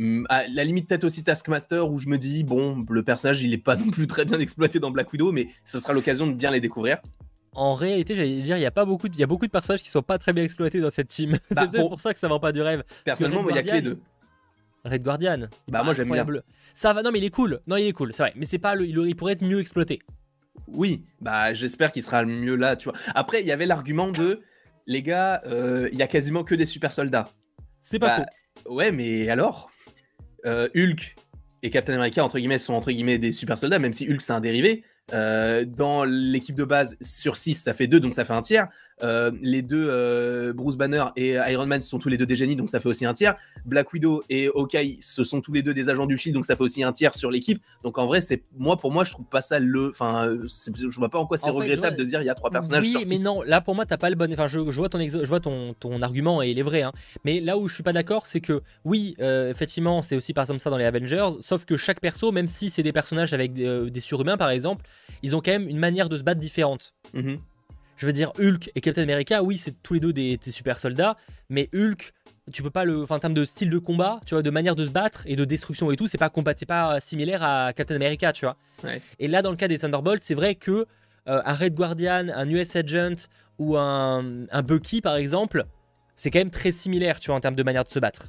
À la limite, peut-être aussi Taskmaster, où je me dis, bon, le personnage, il est pas non plus très bien exploité dans Black Widow, mais ça sera l'occasion de bien les découvrir. En réalité, j'allais dire, il y a pas beaucoup de, il y a beaucoup de personnages qui sont pas très bien exploités dans cette team. Bah, c'est peut-être pour... pour ça que ça vend pas du rêve. Personnellement, il y a que les deux. Red Guardian. Bah moi j'aime bien. Ça va, non mais il est cool. Non, il est cool, c'est vrai. Mais c'est pas le, il, il pourrait être mieux exploité. Oui, bah j'espère qu'il sera mieux là, tu vois. Après, il y avait l'argument de, les gars, il euh, y a quasiment que des super soldats. C'est pas bah, faux. Ouais, mais alors euh, Hulk et Captain America, entre guillemets, sont entre guillemets des super soldats, même si Hulk c'est un dérivé. Euh, dans l'équipe de base, sur six, ça fait deux, donc ça fait un tiers. Euh, les deux, euh, Bruce Banner et Iron Man, sont tous les deux des génies, donc ça fait aussi un tiers. Black Widow et Hawkeye, ce sont tous les deux des agents du Shield, donc ça fait aussi un tiers sur l'équipe. Donc en vrai, c'est moi, pour moi, je trouve pas ça le. Enfin, je vois pas en quoi c'est en regrettable fait, vois... de dire il y a trois personnages oui, sur six. six. Mais non, là pour moi, t'as pas le bon. Enfin, je, je vois ton, ex... je vois ton, ton argument et il est vrai. Hein. Mais là où je suis pas d'accord, c'est que oui, euh, effectivement, c'est aussi par exemple ça dans les Avengers. Sauf que chaque perso, même si c'est des personnages avec des, euh, des surhumains par exemple, ils ont quand même une manière de se battre différente. Mm-hmm. Je veux dire, Hulk et Captain America, oui, c'est tous les deux des, des super soldats, mais Hulk, tu peux pas le. Enfin, en termes de style de combat, tu vois, de manière de se battre et de destruction et tout, c'est pas, combat, c'est pas similaire à Captain America, tu vois. Ouais. Et là, dans le cas des Thunderbolts, c'est vrai que euh, un Red Guardian, un U S Agent ou un, un Bucky, par exemple, c'est quand même très similaire, tu vois, en termes de manière de se battre.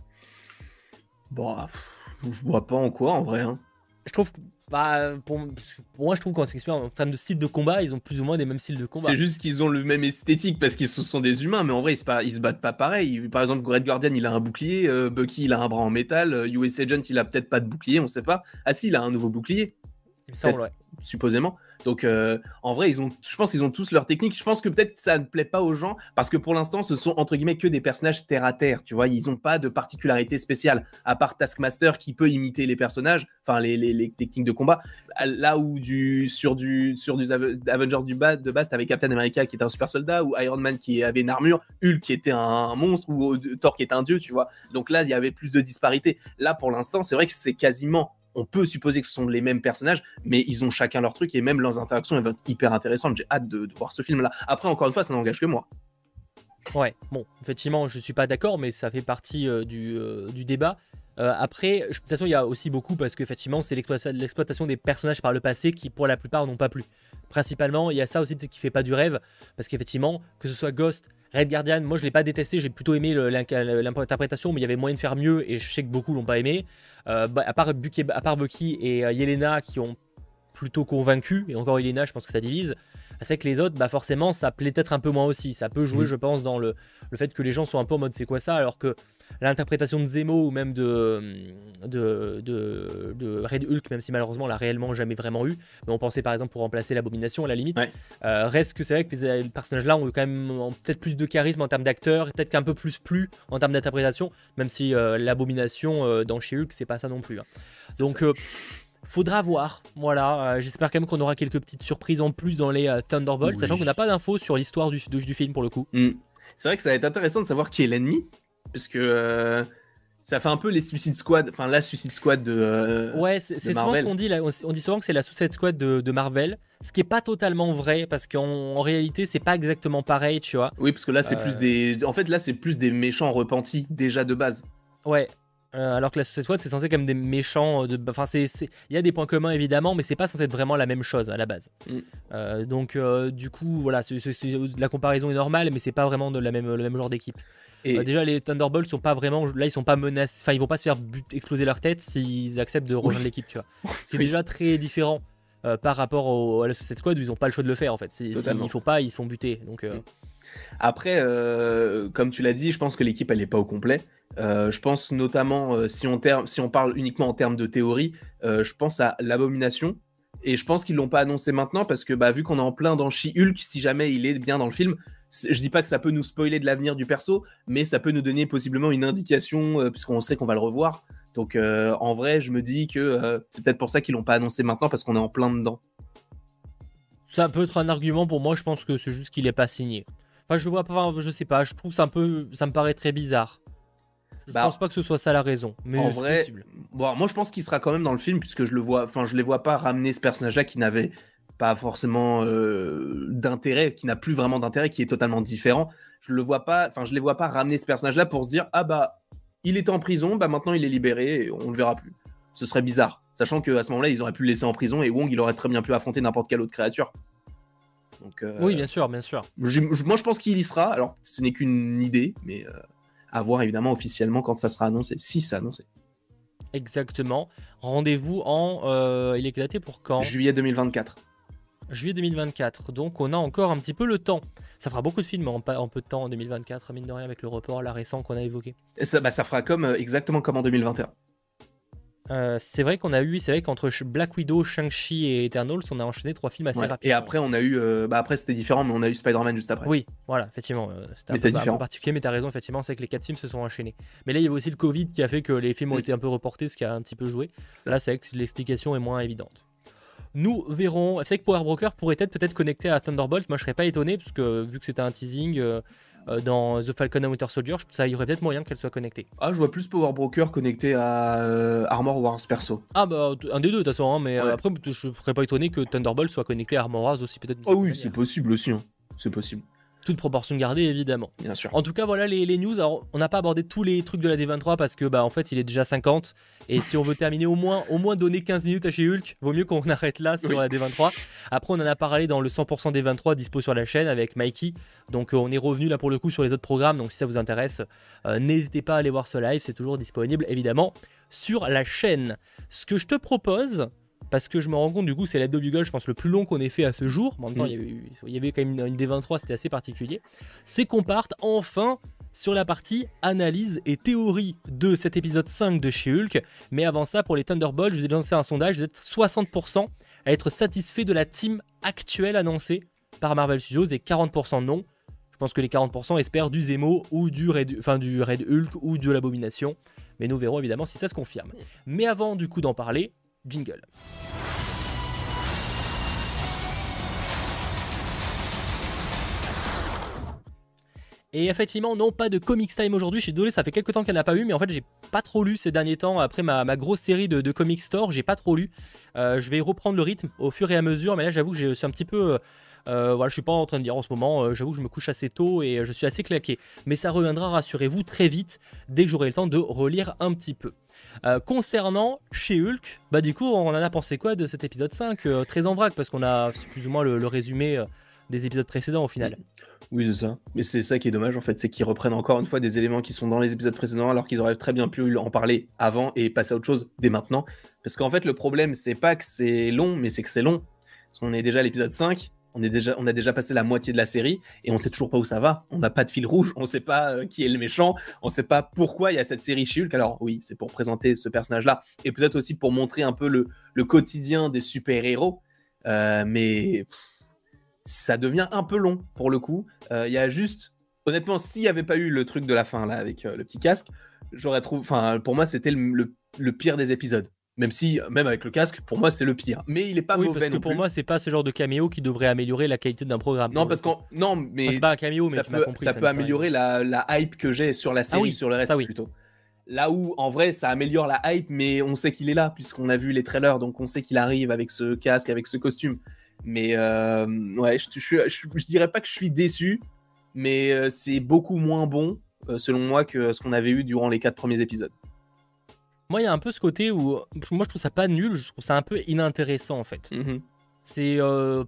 Bon, pff, je vois pas en quoi, en vrai. Hein. Je trouve que. Bah, pour, pour moi, je trouve qu'en en termes de style de combat, ils ont plus ou moins des mêmes styles de combat. C'est juste qu'ils ont le même esthétique parce qu'ils sont des humains, mais en vrai, ils se, pas, ils se battent pas pareil. Par exemple, Red Guardian, il a un bouclier, euh, Bucky, il a un bras en métal, euh, U S Agent, il a peut-être pas de bouclier, on sait pas. Ah si, il a un nouveau bouclier. Il me semble, ouais. Supposément. Donc, euh, en vrai, ils ont, je pense qu'ils ont tous leur technique. Je pense que peut-être ça ne plaît pas aux gens parce que pour l'instant, ce sont entre guillemets que des personnages terre à terre. Tu vois, ils n'ont pas de particularité spéciale à part Taskmaster qui peut imiter les personnages, enfin les, les, les techniques de combat. Là où du sur du sur du Avengers du bas de base, t'avais Captain America qui était un super soldat, ou Iron Man qui avait une armure, Hulk qui était un monstre, ou Thor qui était un dieu. Tu vois. Donc là, il y avait plus de disparité. Là, pour l'instant, c'est vrai que c'est quasiment on peut supposer que ce sont les mêmes personnages, mais ils ont chacun leur truc et même leurs interactions elles vont être hyper intéressantes. J'ai hâte de, de voir ce film-là. Après, encore une fois, ça n'engage que moi. Ouais, bon, effectivement, je suis pas d'accord, mais ça fait partie euh, du, euh, du débat. Euh, après, je- de toute façon, il y a aussi beaucoup parce qu'effectivement, c'est l'exploita- l'exploitation des personnages par le passé qui, pour la plupart, n'ont pas plu. Principalement, il y a ça aussi peut-être qui fait pas du rêve, parce qu'effectivement, que ce soit Ghost, Red Guardian, moi je l'ai pas détesté, j'ai plutôt aimé le- l'inca- l'interprétation, mais il y avait moyen de faire mieux et je sais que beaucoup l'ont pas aimé. Euh, bah, à part Bucky, à part Bucky et euh, Yelena qui ont plutôt convaincu, et encore Yelena, je pense que ça divise. C'est vrai que les autres, bah forcément, ça plaît peut-être un peu moins aussi. Ça peut jouer, Mhm. je pense, dans le, le fait que les gens sont un peu en mode c'est quoi ça, alors que l'interprétation de Zemo ou même de, de, de, de Red Hulk, même si malheureusement on l'a réellement jamais vraiment eu, mais on pensait par exemple pour remplacer l'Abomination à la limite, Ouais. euh, reste que c'est vrai que les, les personnages-là ont quand même ont peut-être plus de charisme en termes d'acteurs, et peut-être qu'un peu plus plu en termes d'interprétation, même si euh, l'Abomination euh, dans She-Hulk, c'est pas ça non plus. hein. Donc, euh, faudra voir. Voilà, euh, j'espère quand même qu'on aura quelques petites surprises en plus dans les euh, Thunderbolts, Oui. sachant qu'on n'a pas d'infos sur l'histoire du, du, du film pour le coup. Mm. C'est vrai que ça va être intéressant de savoir qui est l'ennemi, parce que euh, ça fait un peu les Suicide Squad, enfin la Suicide Squad de. euh, Ouais, c'est c'est souvent ce Marvel. qu'on dit là. On, on dit souvent que c'est la Suicide Squad de, de Marvel, ce qui est pas totalement vrai parce qu'en en réalité c'est pas exactement pareil, tu vois. Oui, parce que là c'est Euh. plus des. En fait, là c'est plus des méchants repentis déjà de base. Ouais. Euh, alors que la Suicide Squad c'est censé comme des méchants de enfin c'est c'est- il y a des points communs évidemment mais c'est pas censé être vraiment la même chose à la base. Mm. Euh, donc euh, du coup voilà c'est- c'est- c'est- la comparaison est normale mais c'est pas vraiment de la même le même genre d'équipe. Et Euh, déjà les Thunderbolts sont pas vraiment là ils sont pas menacés enfin ils vont pas se faire but- exploser leur tête s'ils acceptent de rejoindre Oui. l'équipe tu vois. Ce qui est Oui. déjà très différent euh, par rapport au- à la Suicide Squad où ils ont pas le choix de le faire en fait. Si- Totalement. S'il faut pas ils se font buter donc euh, Mm. Après, euh, comme tu l'as dit, je pense que l'équipe elle est pas au complet. Euh, je pense notamment, euh, si, on ter- si on parle uniquement en termes de théorie, euh, je pense à l'Abomination. Et je pense qu'ils l'ont pas annoncé maintenant parce que bah, vu qu'on est en plein dans She-Hulk, si jamais il est bien dans le film, c'est- je dis pas que ça peut nous spoiler de l'avenir du perso, mais ça peut nous donner possiblement une indication euh, puisqu'on sait qu'on va le revoir. Donc euh, en vrai, je me dis que euh, c'est peut-être pour ça qu'ils l'ont pas annoncé maintenant parce qu'on est en plein dedans. ça peut être un argument pour moi. Je pense que c'est juste qu'il est pas signé. Enfin je vois pas enfin, je sais pas je trouve ça un peu ça me paraît très bizarre. Je Bah, pense pas que ce soit ça la raison mais en c'est vrai, possible. bon, moi je pense qu'il sera quand même dans le film puisque je le vois, enfin je les vois pas ramener ce personnage-là qui n'avait pas forcément euh, d'intérêt, qui n'a plus vraiment d'intérêt, qui est totalement différent. Je le vois pas, enfin je les vois pas ramener ce personnage-là pour se dire ah bah il était en prison, bah maintenant il est libéré et on le verra plus. Ce serait bizarre, sachant que à ce moment-là ils auraient pu le laisser en prison et Wong il aurait très bien pu affronter n'importe quelle autre créature. Donc euh, Oui bien sûr bien sûr. je- je- moi je pense qu'il y sera. Alors ce n'est qu'une idée, mais euh, à voir évidemment officiellement quand ça sera annoncé, si c'est annoncé. Exactement. Rendez-vous en euh, il est daté pour quand? Juillet deux mille vingt-quatre. Juillet deux mille vingt-quatre, donc on a encore un petit peu le temps. Ça fera beaucoup de films en, pa- en peu de temps en deux mille vingt-quatre, mine de rien, avec le report là récent qu'on a évoqué. Et ça, bah, ça fera comme, euh, exactement comme en deux mille vingt et un. Euh, c'est vrai qu'on a eu, c'est vrai qu'entre Sh- Black Widow, Shang-Chi et Eternals, on a enchaîné trois films assez Ouais. rapidement. Et après, on a eu. euh, bah, après, c'était différent, mais on a eu Spider-Man juste après. Oui, voilà, effectivement. euh, C'était un Mais peu, c'est un peu différent. particulier, mais t'as raison, effectivement, c'est que les quatre films se sont enchaînés. Mais là, il y avait aussi le Covid qui a fait que les films ont Mm. été un peu reportés, ce qui a un petit peu joué. Ça. Là, c'est vrai que l'explication est moins évidente. Nous verrons. C'est vrai que Power Broker pourrait être peut-être connecté à Thunderbolt. Moi, je serais pas étonné, parce que vu que c'était un teasing euh, euh, dans The Falcon and Winter Soldier, je- ça y aurait peut-être moyen qu'elle soit connectée. Ah, je vois plus Power Broker connecté à euh, Armor Wars perso. Ah, bah, t- un des deux, de toute façon, hein, mais euh, Ouais. après, je serais pas étonné que Thunderbolt soit connecté à Armor Wars aussi, peut-être. d'une Ah oui, certaine c'est manière. possible aussi. Hein. C'est possible, Toute proportion gardée, évidemment. bien sûr. En tout cas, voilà les, les news. Alors, on n'a pas abordé tous les trucs de la D vingt-trois parce que, bah, en fait, il est déjà cinquante. Et si on veut terminer au moins, au moins donner quinze minutes à chez Hulk, vaut mieux qu'on arrête là sur Oui. la D vingt-trois. Après, on en a parlé dans le cent pour cent D vingt-trois dispo sur la chaîne avec Mikey. Donc, euh, on est revenu là pour le coup sur les autres programmes. Donc, si ça vous intéresse, euh, n'hésitez pas à aller voir ce live. C'est toujours disponible, évidemment, sur la chaîne. Ce que je te propose. Parce que je me rends compte, du coup, c'est l'hebdo du Gold, je pense, le plus long qu'on ait fait à ce jour. En même temps, Mm. il y avait eu- il y avait quand même une, une D vingt-trois, c'était assez particulier. C'est qu'on parte enfin sur la partie analyse et théorie de cet épisode cinq de chez Hulk. Mais avant ça, pour les Thunderbolts, je vous ai lancé un sondage. Vous êtes soixante pour cent à être satisfait de la team actuelle annoncée par Marvel Studios et quarante pour cent non. Je pense que les quarante pour cent espèrent du Zemo ou du Red, enfin, du Red Hulk ou de l'Abomination. Mais nous verrons évidemment si ça se confirme. Mais avant du coup d'en parler, jingle. Et effectivement, non, pas de Comics Time aujourd'hui. Je suis désolé, ça fait quelques temps qu'il n'y en a pas eu, mais en fait, j'ai pas trop lu ces derniers temps. Après ma, ma grosse série de, de Comic Store, j'ai pas trop lu. Euh, je vais reprendre le rythme au fur et à mesure, mais là, j'avoue que je suis un petit peu. Euh, voilà, je suis pas en train de dire en ce moment. Euh, j'avoue que je me couche assez tôt et je suis assez claqué. Mais ça reviendra, rassurez-vous, très vite, dès que j'aurai le temps de relire un petit peu. Euh, concernant She-Hulk, bah du coup, on en a pensé quoi de cet épisode cinq euh, très en vrac, parce qu'on a c'est plus ou moins le, le résumé euh, des épisodes précédents au final. Oui, c'est ça. Mais c'est ça qui est dommage en fait, c'est qu'ils reprennent encore une fois des éléments qui sont dans les épisodes précédents alors qu'ils auraient très bien pu en parler avant et passer à autre chose dès maintenant. Parce qu'en fait, le problème, c'est pas que c'est long, mais c'est que c'est long. Parce qu'on est déjà à l'épisode cinq, on, est déjà, on a déjà passé la moitié de la série et on sait toujours pas où ça va. On n'a pas de fil rouge, on sait pas euh, qui est le méchant, on sait pas pourquoi il y a cette série She-Hulk. Alors oui, c'est pour présenter ce personnage-là et peut-être aussi pour montrer un peu le, le quotidien des super-héros. Euh, mais... Pff, ça devient un peu long pour le coup. Il euh, y a juste, honnêtement, s'il n'y avait pas eu le truc de la fin là avec euh, le petit casque, j'aurais trouvé, enfin pour moi c'était le, le, le pire des épisodes. Même si, même avec le casque, pour moi c'est le pire. Mais il est pas oui, mauvais parce que non pour plus. moi c'est pas ce genre de caméo qui devrait améliorer la qualité d'un programme. Non parce qu'en non mais enfin, c'est pas un caméo mais ça tu peut, m'as compris. ça Ça peut améliorer la, la hype que j'ai sur la série, ah oui, sur le reste oui. plutôt. Là où, en vrai, ça améliore la hype, mais on sait qu'il est là, puisqu'on a vu les trailers, donc on sait qu'il arrive avec ce casque, avec ce costume. Mais euh, ouais, je, je, je, je dirais pas que je suis déçu, mais euh, c'est beaucoup moins bon, euh, selon moi, que ce qu'on avait eu durant les quatre premiers épisodes. Moi, il y a un peu ce côté où, moi, je trouve ça pas nul, je trouve ça un peu inintéressant, en fait. Mm-hmm. C'est... Euh...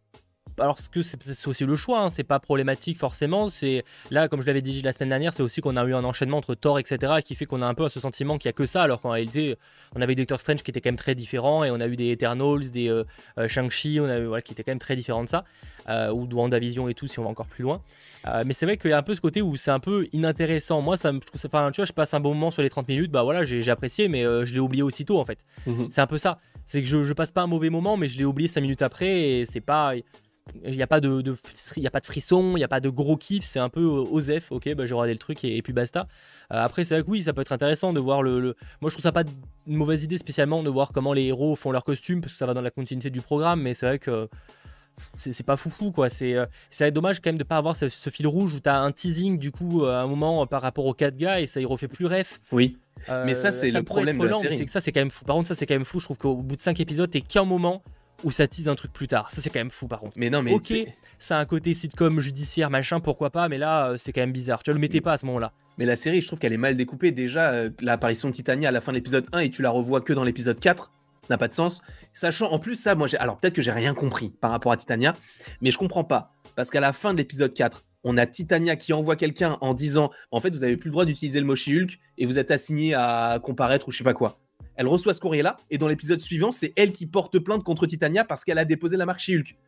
Alors que c'est aussi le choix, hein, c'est pas problématique forcément. C'est là, comme je l'avais dit la semaine dernière, c'est aussi qu'on a eu un enchaînement entre Thor, et cetera, qui fait qu'on a un peu ce sentiment qu'il y a que ça, alors qu'en réalité, on avait Doctor Strange qui était quand même très différent, et on a eu des Eternals, des euh, euh, Shang-Chi, on a eu, voilà, qui était quand même très différent de ça, euh, ou de WandaVision et tout, si on va encore plus loin. Euh, mais c'est vrai qu'il y a un peu ce côté où c'est un peu inintéressant. Moi, ça me je trouve ça, enfin, tu vois, je passe un bon moment sur les trente minutes, bah voilà, j'ai apprécié, mais euh, je l'ai oublié aussitôt en fait. Mm-hmm. C'est un peu ça. C'est que je, je passe pas un mauvais moment, mais je l'ai oublié cinq minutes après, et c'est pas. Il n'y a pas de, de, y a pas de frisson, il n'y a pas de gros kiff, c'est un peu euh, osef, ok, bah, j'ai regardé le truc et, et puis basta. Euh, après, c'est vrai que oui, ça peut être intéressant de voir le, le... Moi, je trouve ça pas une mauvaise idée spécialement de voir comment les héros font leurs costumes, parce que ça va dans la continuité du programme, mais c'est vrai que c'est pas foufou, quoi. C'est euh, dommage quand même de pas avoir ce, ce fil rouge où t'as un teasing, du coup, à un moment euh, par rapport aux quatre gars, et ça y refait plus ref. Oui, euh, mais ça, c'est le problème de la série. C'est que ça, c'est quand même fou. Par contre, ça, c'est quand même fou. Je trouve qu'au bout de cinq épisodes, t'es qu'un moment où ça tease un truc plus tard. Ça, c'est quand même fou, par contre. Mais non, mais ok, ça a un côté sitcom judiciaire, machin, pourquoi pas, mais là, c'est quand même bizarre. Tu le mettais pas à ce moment-là. Mais la série, je trouve qu'elle est mal découpée. Déjà, euh, l'apparition de Titania à la fin de l'épisode un et tu la revois que dans l'épisode quatre, ça n'a pas de sens. Sachant, en plus, ça, moi, j'ai... alors peut-être que j'ai rien compris par rapport à Titania, mais je comprends pas. Parce qu'à la fin de l'épisode quatre, on a Titania qui envoie quelqu'un en disant en fait, vous avez plus le droit d'utiliser le mot She-Hulk et vous êtes assigné à comparaître ou je sais pas quoi. Elle reçoit ce courrier-là, et dans l'épisode suivant, c'est elle qui porte plainte contre Titania parce qu'elle a déposé la marque She-Hulk.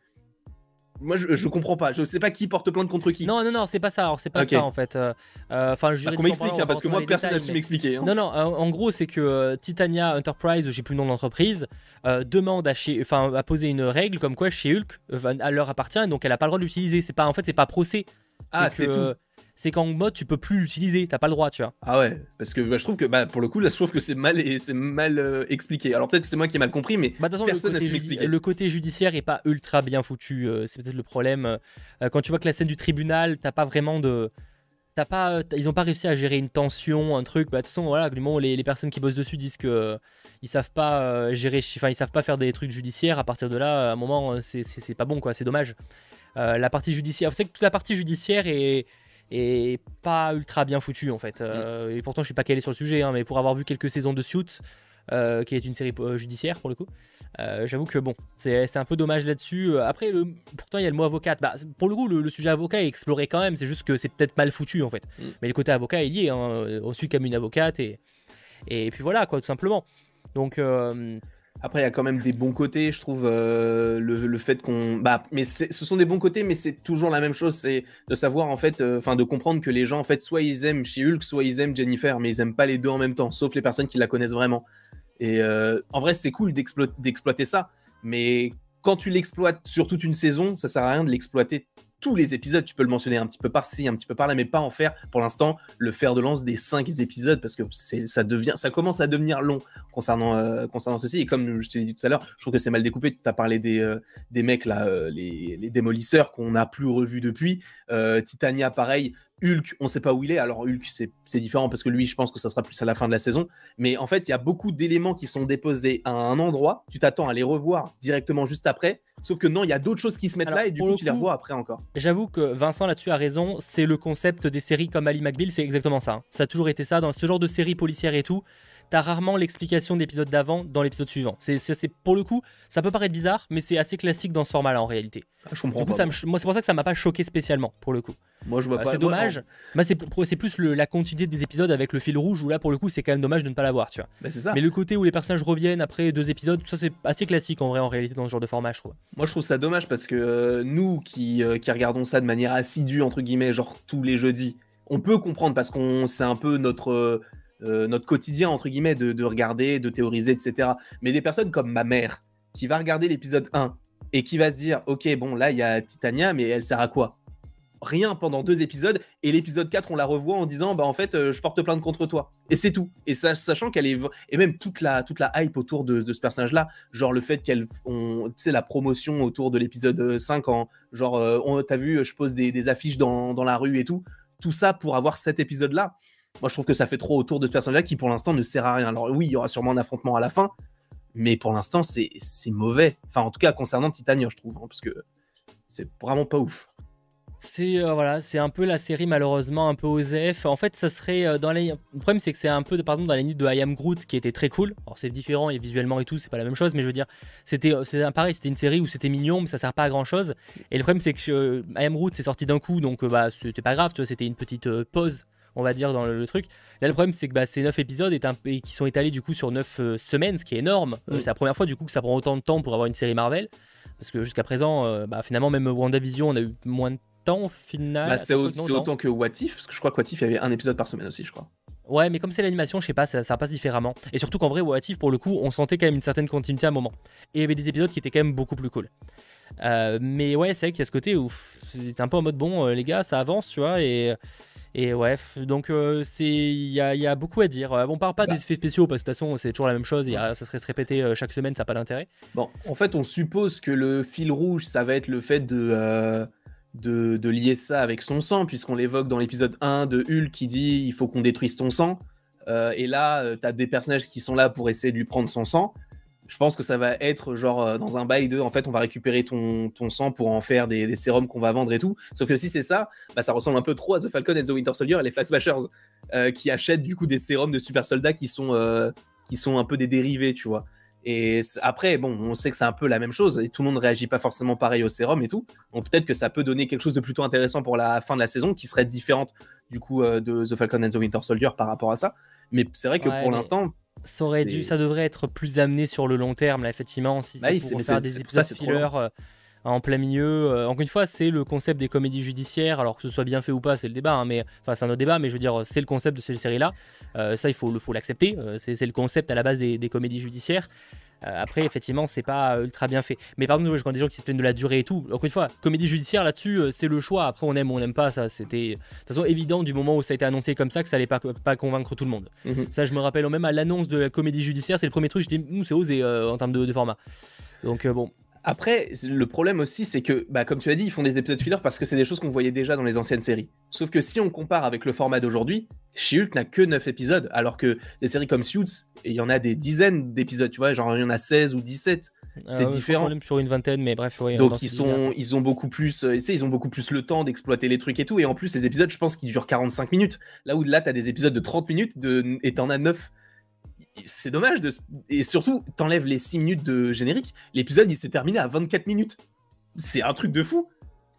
Moi, je, je comprends pas. Je sais pas qui porte plainte contre qui. Non, non, non, c'est pas ça. Alors, c'est pas okay. ça, en fait. Enfin, euh, euh, qu'on m'explique, hein, parce que moi, personne n'a su m'expliquer. Hein. Non, non, euh, en gros, c'est que euh, Titania Enterprise, j'ai plus le nom d'entreprise, euh, demande à, chez, à poser une règle comme quoi She-Hulk euh, leur appartient, donc elle a pas le droit de l'utiliser. C'est pas, en fait, c'est pas procès. Ah, c'est tout. C'est qu'en mode tu peux plus l'utiliser, t'as pas le droit, tu vois. Ah ouais, parce que bah, je trouve que bah, pour le coup là je trouve que c'est mal et c'est mal euh, expliqué. Alors peut-être que c'est moi qui ai mal compris, mais bah, façon, personne n'a su m'expliquer. Le côté judiciaire est pas ultra bien foutu, euh, c'est peut-être le problème. Euh, quand tu vois que la scène du tribunal, t'as pas vraiment de, t'as pas, ils ont pas réussi à gérer une tension, un truc. Bah de toute façon voilà, du moment les, les personnes qui bossent dessus disent que euh, ils savent pas euh, gérer, enfin ils savent pas faire des trucs judiciaires. À partir de là, à un moment c'est c'est pas bon quoi, c'est dommage. Euh, la partie judiciaire, vous savez que toute la partie judiciaire est et pas ultra bien foutu en fait. Euh, et pourtant je suis pas calé sur le sujet, hein, mais pour avoir vu quelques saisons de Suits, euh, qui est une série euh, judiciaire pour le coup, euh, j'avoue que bon, c'est un peu dommage là-dessus. Après, le, pourtant il y a le mot avocate. Bah, pour le coup, le, le sujet avocat est exploré quand même, c'est juste que c'est peut-être mal foutu en fait. Mm. Mais le côté avocat est lié, hein, on suit comme une avocate et, et puis voilà quoi, tout simplement. Donc. Euh, Après, il y a quand même des bons côtés, je trouve, euh, le, le fait qu'on... Bah, mais ce sont des bons côtés, mais c'est toujours la même chose, c'est de savoir, en fait, enfin, euh, de comprendre que les gens, en fait, soit ils aiment She-Hulk, soit ils aiment Jennifer, mais ils aiment pas les deux en même temps, sauf les personnes qui la connaissent vraiment. Et euh, en vrai, c'est cool d'explo d'exploiter ça, mais quand tu l'exploites sur toute une saison, ça sert à rien de l'exploiter tous les épisodes. Tu peux le mentionner un petit peu par-ci, un petit peu par-là, mais pas en faire, pour l'instant, le fer de lance des cinq épisodes, parce que ça devient, ça commence à devenir long concernant, euh, concernant ceci. Et comme je t'ai dit tout à l'heure, je trouve que c'est mal découpé. Tu as parlé des, euh, des mecs, là, euh, les, les démolisseurs qu'on n'a plus revus depuis. Euh, Titania, pareil. Hulk, on sait pas où il est. Alors Hulk, c'est c'est différent parce que lui, je pense que ça sera plus à la fin de la saison. Mais en fait, il y a beaucoup d'éléments qui sont déposés à un endroit. Tu t'attends à les revoir directement juste après. Sauf que non, il y a d'autres choses qui se mettent Alors, là et du pour coup, le tu les coup, revois après encore. J'avoue que Vincent là-dessus a raison, c'est le concept des séries comme Ali McBeal, c'est exactement ça. hein. Ça a toujours été ça, dans ce genre de séries policières et tout, t'as rarement l'explication de l'épisode d'avant dans l'épisode suivant. C'est, c'est, c'est- pour le coup, ça peut paraître bizarre, mais c'est assez classique dans ce format-là en réalité. Ah, je comprends Du coup, pas. ça moi. me ch- moi c'est pour ça que ça m'a pas choqué spécialement, pour le coup. Moi, je vois Euh, pas. c'est moi, dommage. non. Moi, c'est, pour- c'est plus le- la continuité des épisodes avec le fil rouge, où là, pour le coup, c'est quand même dommage de ne pas l'avoir, tu vois. Bah, c'est ça. Mais le côté où les personnages reviennent après deux épisodes, ça c'est assez classique en vrai, en réalité, dans ce genre de format, je trouve. Moi, je trouve ça dommage parce que euh, nous qui, euh, qui regardons ça de manière assidue, entre guillemets, genre tous les jeudis, on peut comprendre parce qu'on c'est un peu notre, euh, euh, notre quotidien, entre guillemets, de, de regarder, de théoriser, et cetera. Mais des personnes comme ma mère qui va regarder l'épisode un et qui va se dire, ok, bon, là, il y a Titania, mais elle sert à quoi? Rien pendant deux épisodes, et l'épisode quatre on la revoit en disant bah en fait euh, je porte plainte contre toi, et c'est tout. Et ça, sachant qu'elle est, et même toute la, toute la hype autour de, de ce personnage là, genre le fait qu'elle, on- tu sais, la promotion autour de l'épisode cinq, en genre euh, on- t'as vu, je pose des, des affiches dans, dans la rue et tout, tout ça pour avoir cet épisode là. Moi je trouve que ça fait trop autour de ce personnage là qui pour l'instant ne sert à rien. Alors oui, il y aura sûrement un affrontement à la fin, mais pour l'instant c'est c'est mauvais, enfin en tout cas concernant Titania je trouve, hein, parce que c'est vraiment pas ouf. C'est euh, voilà, c'est un peu la série malheureusement un peu osef. En fait, ça serait euh, dans les. Le problème c'est que c'est un peu pardon dans la ligne de I Am Groot qui était très cool. Alors c'est différent et visuellement et tout, c'est pas la même chose, mais je veux dire, c'était c'est pareil, c'était une série où c'était mignon, mais ça sert pas à grand chose. Et le problème c'est que euh, I Am Groot c'est sorti d'un coup, donc euh, bah c'était pas grave, tu vois, c'était une petite euh, pause. On va dire dans le, le truc. Là, le problème, c'est que bah, ces neuf épisodes est un, et qui sont étalés du coup sur neuf euh, semaines, ce qui est énorme. Euh, Mm. c'est la première fois du coup que ça prend autant de temps pour avoir une série Marvel, parce que jusqu'à présent, euh, bah, finalement, même WandaVision, on a eu moins de temps au final. Bah, c'est Attends, au- non, c'est non. autant que What If, parce que je crois que What If, il y avait un épisode par semaine aussi, je crois. Ouais, mais comme c'est l'animation, je sais pas, ça, ça passe différemment. Et surtout qu'en vrai, What If, pour le coup, on sentait quand même une certaine continuité à un moment. Et il y avait des épisodes qui étaient quand même beaucoup plus cool. Euh, mais ouais, c'est vrai qu'il y a ce côté où c'est un peu en mode bon, euh, les gars, ça avance, tu vois, et. Et ouais, f- donc euh, c'est il y a, il y a beaucoup à dire. Euh, On parle pas Bah. des effets spéciaux parce que de toute façon c'est toujours la même chose. Il y a- ça serait se répéter euh, chaque semaine, ça n'a pas d'intérêt. Bon, en fait, on suppose que le fil rouge, ça va être le fait de, euh, de, de lier ça avec son sang, puisqu'on l'évoque dans l'épisode un de Hulk qui dit il faut qu'on détruise ton sang. Euh, et là, euh, t'as des personnages qui sont là pour essayer de lui prendre son sang. Je pense que ça va être genre euh, dans un bail de en fait, on va récupérer ton, ton sang pour en faire des, des sérums qu'on va vendre et tout. Sauf que si c'est ça, bah, ça ressemble un peu trop à The Falcon and the Winter Soldier et les Flag Smashers euh, qui achètent du coup des sérums de super soldats qui sont, euh, qui sont un peu des dérivés, tu vois. Et c- après, bon, on sait que c'est un peu la même chose et tout le monde ne réagit pas forcément pareil au sérum et tout. Donc peut-être que ça peut donner quelque chose de plutôt intéressant pour la fin de la saison qui serait différente du coup euh, de The Falcon and the Winter Soldier par rapport à ça. Mais c'est vrai que Ouais, pour mais l'instant, Ça aurait dû, c'est- ça devrait être plus amené sur le long terme là effectivement. Si Bah c'est oui, pour c'est- mais faire c'est- des c'est pour ça, épisodes c'est trop filler euh, en plein milieu. euh, encore une fois, c'est le concept des comédies judiciaires. Alors que ce soit bien fait ou pas, c'est le débat. hein, mais enfin, c'est un autre débat. Mais je veux dire, c'est le concept de ces séries-là. Euh, ça, il faut, le- faut l'accepter. Euh, c'est, c'est le concept à la base des, des comédies judiciaires. Euh, après, effectivement, c'est pas euh, ultra bien fait. Mais par contre, je vois des gens qui se plaignent de la durée et tout. Encore une fois, comédie judiciaire là-dessus, euh, c'est le choix. Après, on aime ou on n'aime pas. Ça, c'était de toute façon évident du moment où ça a été annoncé comme ça que ça allait pas, pas convaincre tout le monde. Mhm. Ça, je me rappelle même à l'annonce de la comédie judiciaire, c'est le premier truc. Je dis, Hum, c'est osé euh, en termes de, de format. Donc euh, bon. Après, le problème aussi, c'est que, bah, comme tu as dit, ils font des épisodes filler parce que c'est des choses qu'on voyait déjà dans les anciennes séries. Sauf que si on compare avec le format d'aujourd'hui, She-Hulk n'a que neuf épisodes, alors que des séries comme Suits, il y en a des dizaines d'épisodes, tu vois, genre il y en a seize ou dix-sept. C'est Euh, je différent. crois qu'on est sur une vingtaine, mais bref. Ouais, Donc dans ils ces sont, ils ont beaucoup plus, euh, tu sais, ils ont beaucoup plus le temps d'exploiter les trucs et tout. Et en plus, les épisodes, je pense qu'ils durent quarante-cinq minutes. Là où là, t'as des épisodes de trente minutes de, et t'en as neuf. C'est dommage de, et surtout, t'enlèves les six minutes de générique. L'épisode, il s'est terminé à vingt-quatre minutes. C'est un truc de fou.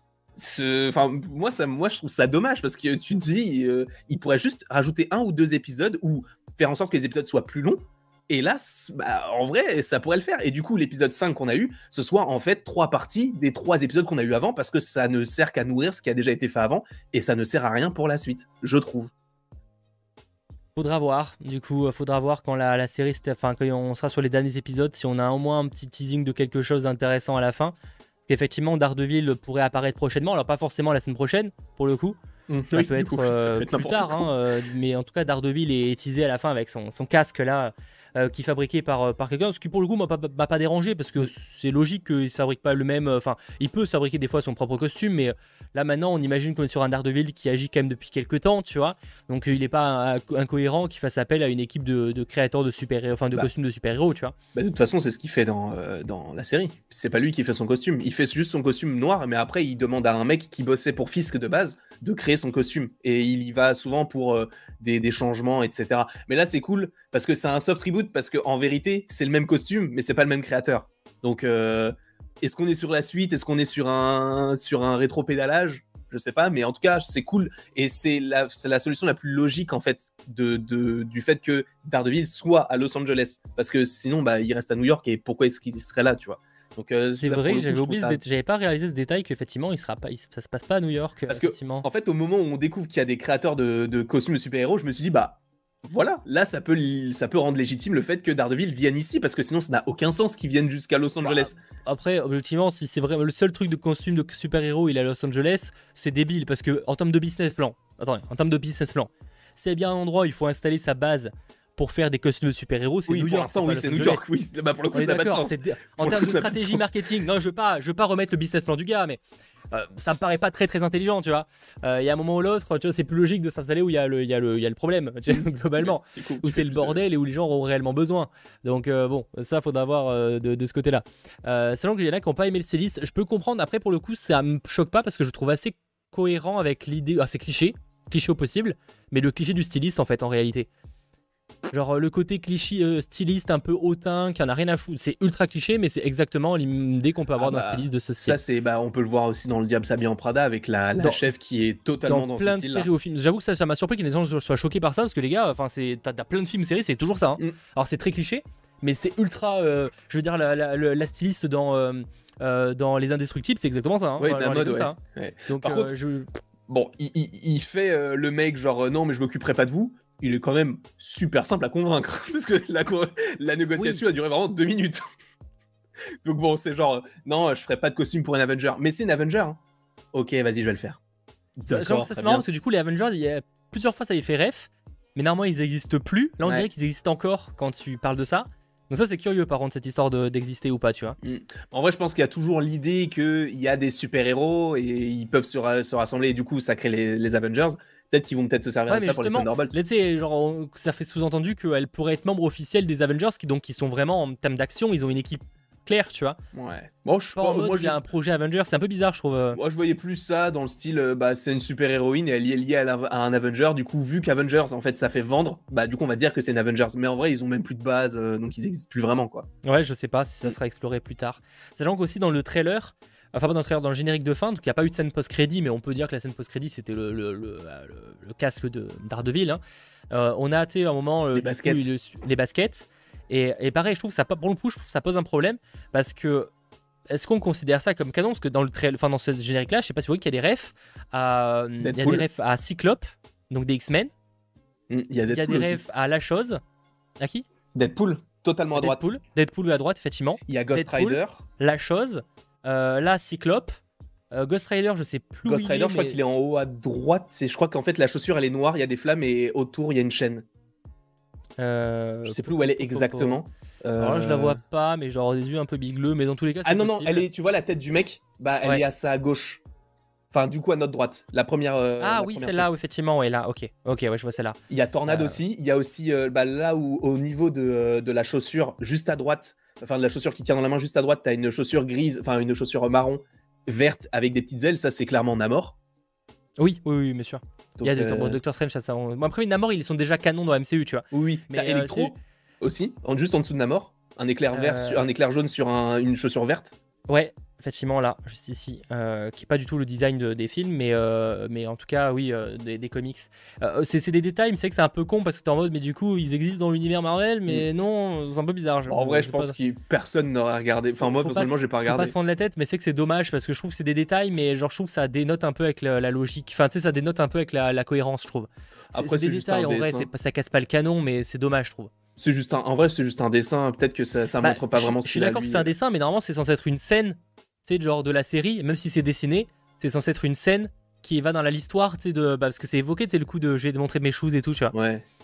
Ce- Enfin, moi, ça, moi, je trouve ça dommage parce que tu te dis, euh, ils pourraient juste rajouter un ou deux épisodes ou faire en sorte que les épisodes soient plus longs. Et là, c- bah, en vrai, ça pourrait le faire. Et du coup, l'épisode cinq qu'on a eu, ce soit en fait trois parties des trois épisodes qu'on a eu avant parce que ça ne sert qu'à nourrir ce qui a déjà été fait avant et ça ne sert à rien pour la suite, je trouve. Faudra voir, du coup, euh, faudra voir quand la, la série, c'était- enfin, quand on sera sur les derniers épisodes, si on a au moins un petit teasing de quelque chose d'intéressant à la fin. Parce qu'effectivement, Daredevil pourrait apparaître prochainement, alors pas forcément la semaine prochaine, pour le coup. Ça Oui, peut du être coup, ça euh, peut être plus n'importe tard, quoi. hein, euh, mais en tout cas, Daredevil est teasé à la fin avec son, son casque là. euh, qui est fabriqué par, euh, par quelqu'un, ce qui pour le coup m'a pas, m'a pas dérangé parce que c'est logique qu'il ne fabrique pas le même. Enfin, euh, il peut fabriquer des fois son propre costume, mais là maintenant on imagine qu'on est sur un Daredevil qui agit quand même depuis quelques temps, tu vois. Donc il n'est pas un, incohérent qu'il fasse appel à une équipe de, de créateurs de super-héros, enfin de bah, costumes de super-héros, tu vois. Bah, de toute façon, c'est ce qu'il fait dans, euh, dans la série. C'est pas lui qui fait son costume. Il fait juste son costume noir, mais après il demande à un mec qui bossait pour Fisk de base de créer son costume. Et il y va souvent pour euh, des, des changements, et cetera. Mais là, c'est cool parce que c'est un soft reboot, parce qu'en vérité, c'est le même costume, mais c'est pas le même créateur. Donc, euh, est-ce qu'on est sur la suite? Est-ce qu'on est sur un, sur un rétro-pédalage? Je sais pas, mais en tout cas, c'est cool. Et c'est la, c'est la solution la plus logique, en fait, de, de, du fait que Daredevil soit à Los Angeles. Parce que sinon, bah, il reste à New York, et pourquoi est-ce qu'il serait là, tu vois? Donc, euh, c'est vrai, coup, j'avais oublié, ça... j'avais pas réalisé ce détail qu'effectivement, il sera pas, il, ça se passe pas à New York. Parce que, en fait, au moment où on découvre qu'il y a des créateurs de, de costumes de super-héros, je me suis dit, bah, voilà, là, ça peut, ça peut rendre légitime le fait que Daredevil vienne ici, parce que sinon, ça n'a aucun sens qu'il vienne jusqu'à Los Angeles. Bah, après, objectivement, si c'est vraiment le seul truc de costume de super-héros, il est à Los Angeles, c'est débile, parce que en termes de business plan, attendez, en termes de business plan, s'il y a bien un endroit où il faut installer sa base pour faire des costumes de super-héros, c'est oui, New York. C'est oui, c'est New York, oui. Bah, pour le coup, ça n'a pas de sens. En termes de stratégie marketing, non, je veux pas, je veux pas remettre le business plan du gars, mais euh, ça me paraît pas très très intelligent, tu vois. Il euh, y a un moment ou l'autre, tu vois, c'est plus logique de s'installer où il y a le, il y a le, il y a le problème, tu vois, globalement, coup, où c'est le bordel et où les gens ont réellement besoin. Donc euh, bon, ça faudra voir euh, de, de ce côté-là. Euh, sachant que j'ai là qui n'ont pas aimé le styliste, je peux comprendre. Après, pour le coup, ça me choque pas parce que je trouve assez cohérent avec l'idée, assez cliché, cliché au possible, mais le cliché du styliste en fait en réalité. Genre le côté cliché euh, styliste un peu hautain qui en a rien à foutre, c'est ultra cliché, mais c'est exactement l'idée qu'on peut avoir ah bah, d'un styliste de ce style. Ça c'est bah on peut le voir aussi dans Le Diable s'habille en Prada avec la, la dans, chef qui est totalement dans, dans plein ce de style séries au film. J'avoue que ça ça m'a surpris que les gens soient choqués par ça parce que les gars, enfin c'est t'as, t'as plein de films séries, c'est toujours ça. Hein. Mm. Alors c'est très cliché, mais c'est ultra. Euh, je veux dire la, la, la, la styliste dans euh, euh, dans Les Indestructibles, c'est exactement ça. Hein. Ouais, la mode, ouais. Ça, hein. Ouais. Donc par euh, contre, je... bon, il, il, il fait euh, le mec genre euh, non mais je m'occuperai pas de vous. Il est quand même super simple à convaincre parce que la, la négociation oui. a duré vraiment deux minutes. Donc bon, c'est genre non, je ferai pas de costume pour un Avenger, mais c'est un Avenger. Hein. Ok, vas-y, je vais le faire. D'accord, ça c'est marrant parce que du coup les Avengers, il y a plusieurs fois ça y fait ref, mais normalement ils n'existent plus. Là on ouais. dirait qu'ils existent encore quand tu parles de ça. Donc ça c'est curieux par contre cette histoire de, d'exister ou pas, tu vois. Mm. En vrai je pense qu'il y a toujours l'idée qu'il y a des super-héros et ils peuvent se, ra- se rassembler et du coup ça crée les, les Avengers. Peut-être qu'ils vont peut-être se servir ouais, de ça pour les Thunderbolts. Tu sais, genre on, ça fait sous-entendu qu'elle pourrait être membre officielle des Avengers qui donc qui sont vraiment en termes d'action, ils ont une équipe claire, tu vois. Ouais. Bon, je pas en mode, moi, il y a un projet Avengers, c'est un peu bizarre, je trouve. Moi, je voyais plus ça dans le style, bah, c'est une super héroïne et elle est liée à, la, à un Avenger. Du coup, vu qu'Avengers, en fait, ça fait vendre, bah, du coup, on va dire que c'est une Avengers. Mais en vrai, ils ont même plus de base, euh, donc ils existent plus vraiment, quoi. Ouais, je sais pas si ça sera exploré plus tard. Sachant qu'aussi dans le trailer, enfin pas dans le trailer, dans le générique de fin, donc il n'y a pas eu de scène post-crédit, mais on peut dire que la scène post-crédit c'était le, le, le, le, le casque de Daredevil. Hein. Euh, on a hâté un moment les baskets. Coup, le, les baskets. Et, et pareil, je trouve que ça, pour le coup, je trouve que ça pose un problème parce que est-ce qu'on considère ça comme canon? Parce que dans le trail, enfin dans ce générique-là, je sais pas si vous voyez qu'il y a des refs à, il y a des refs à Cyclope, donc des X-Men. Il y a, il y a des refs à La Chose. À qui? Deadpool, totalement à droite. Deadpool, Deadpool à droite, effectivement. Il y a Ghost Deadpool, Rider. La Chose. Euh, là, Cyclope. Euh, Ghost Rider, je sais plus. Ghost où Rider, il est, je crois mais... qu'il est en haut à droite. C'est, je crois qu'en fait la chaussure elle est noire, il y a des flammes et autour il y a une chaîne. Euh, je sais plus où elle est exactement. Euh... Alors là, je la vois pas, mais genre des yeux un peu bigleux, mais dans tous les cas. Ah non possible. non, elle est, tu vois la tête du mec, bah elle ouais. est à sa gauche. Enfin du coup à notre droite, la première. Euh, ah la oui, première celle-là, effectivement, ouais là, ok, ok, ouais, je vois celle-là. Il y a Tornade euh... aussi, il y a aussi euh, bah, là où au niveau de, de la chaussure juste à droite, enfin de la chaussure qui tient dans la main juste à droite, t'as une chaussure grise, enfin une chaussure marron verte avec des petites ailes, ça c'est clairement Namor. Oui, oui, oui, bien sûr. Donc, il y a euh... bon, Doctor Strange, ça, ça on... bon, après Namor, ils sont déjà canons dans la M C U, tu vois. Oui, mais t'as euh, Electro c'est... aussi, en, juste en dessous de Namor, un éclair vert, euh... sur, un éclair jaune sur un, une chaussure verte. Ouais, effectivement là, juste ici, euh, qui est pas du tout le design de, des films, mais, euh, mais en tout cas, oui, euh, des, des comics. Euh, c'est, c'est des détails, mais c'est que c'est un peu con parce que t'es en mode, mais du coup, ils existent dans l'univers Marvel, mais mm. non, c'est un peu bizarre. En vrai, je pense pas... que personne n'aurait regardé. Enfin, moi, personnellement, j'ai pas regardé. Faut pas se prendre la tête, mais c'est que c'est dommage parce que je trouve que c'est des détails, mais genre, je trouve que ça dénote un peu avec la, la logique. Enfin, tu sais, ça dénote un peu avec la, la cohérence, je trouve. C'est, Après, c'est, c'est des détails, en vrai, c'est, ça casse pas le canon, mais c'est dommage, je trouve. C'est juste un, en vrai, c'est juste un dessin. Peut-être que ça, ça bah, montre pas je, vraiment. Je suis d'accord que c'est un dessin, mais normalement, c'est censé être une scène. Tu sais, genre de la série, même si c'est dessiné, c'est censé être une scène qui va dans l'histoire, tu sais, de, bah, parce que c'est évoqué, tu sais, le coup de je vais te montrer mes choses et tout, tu vois. Ouais.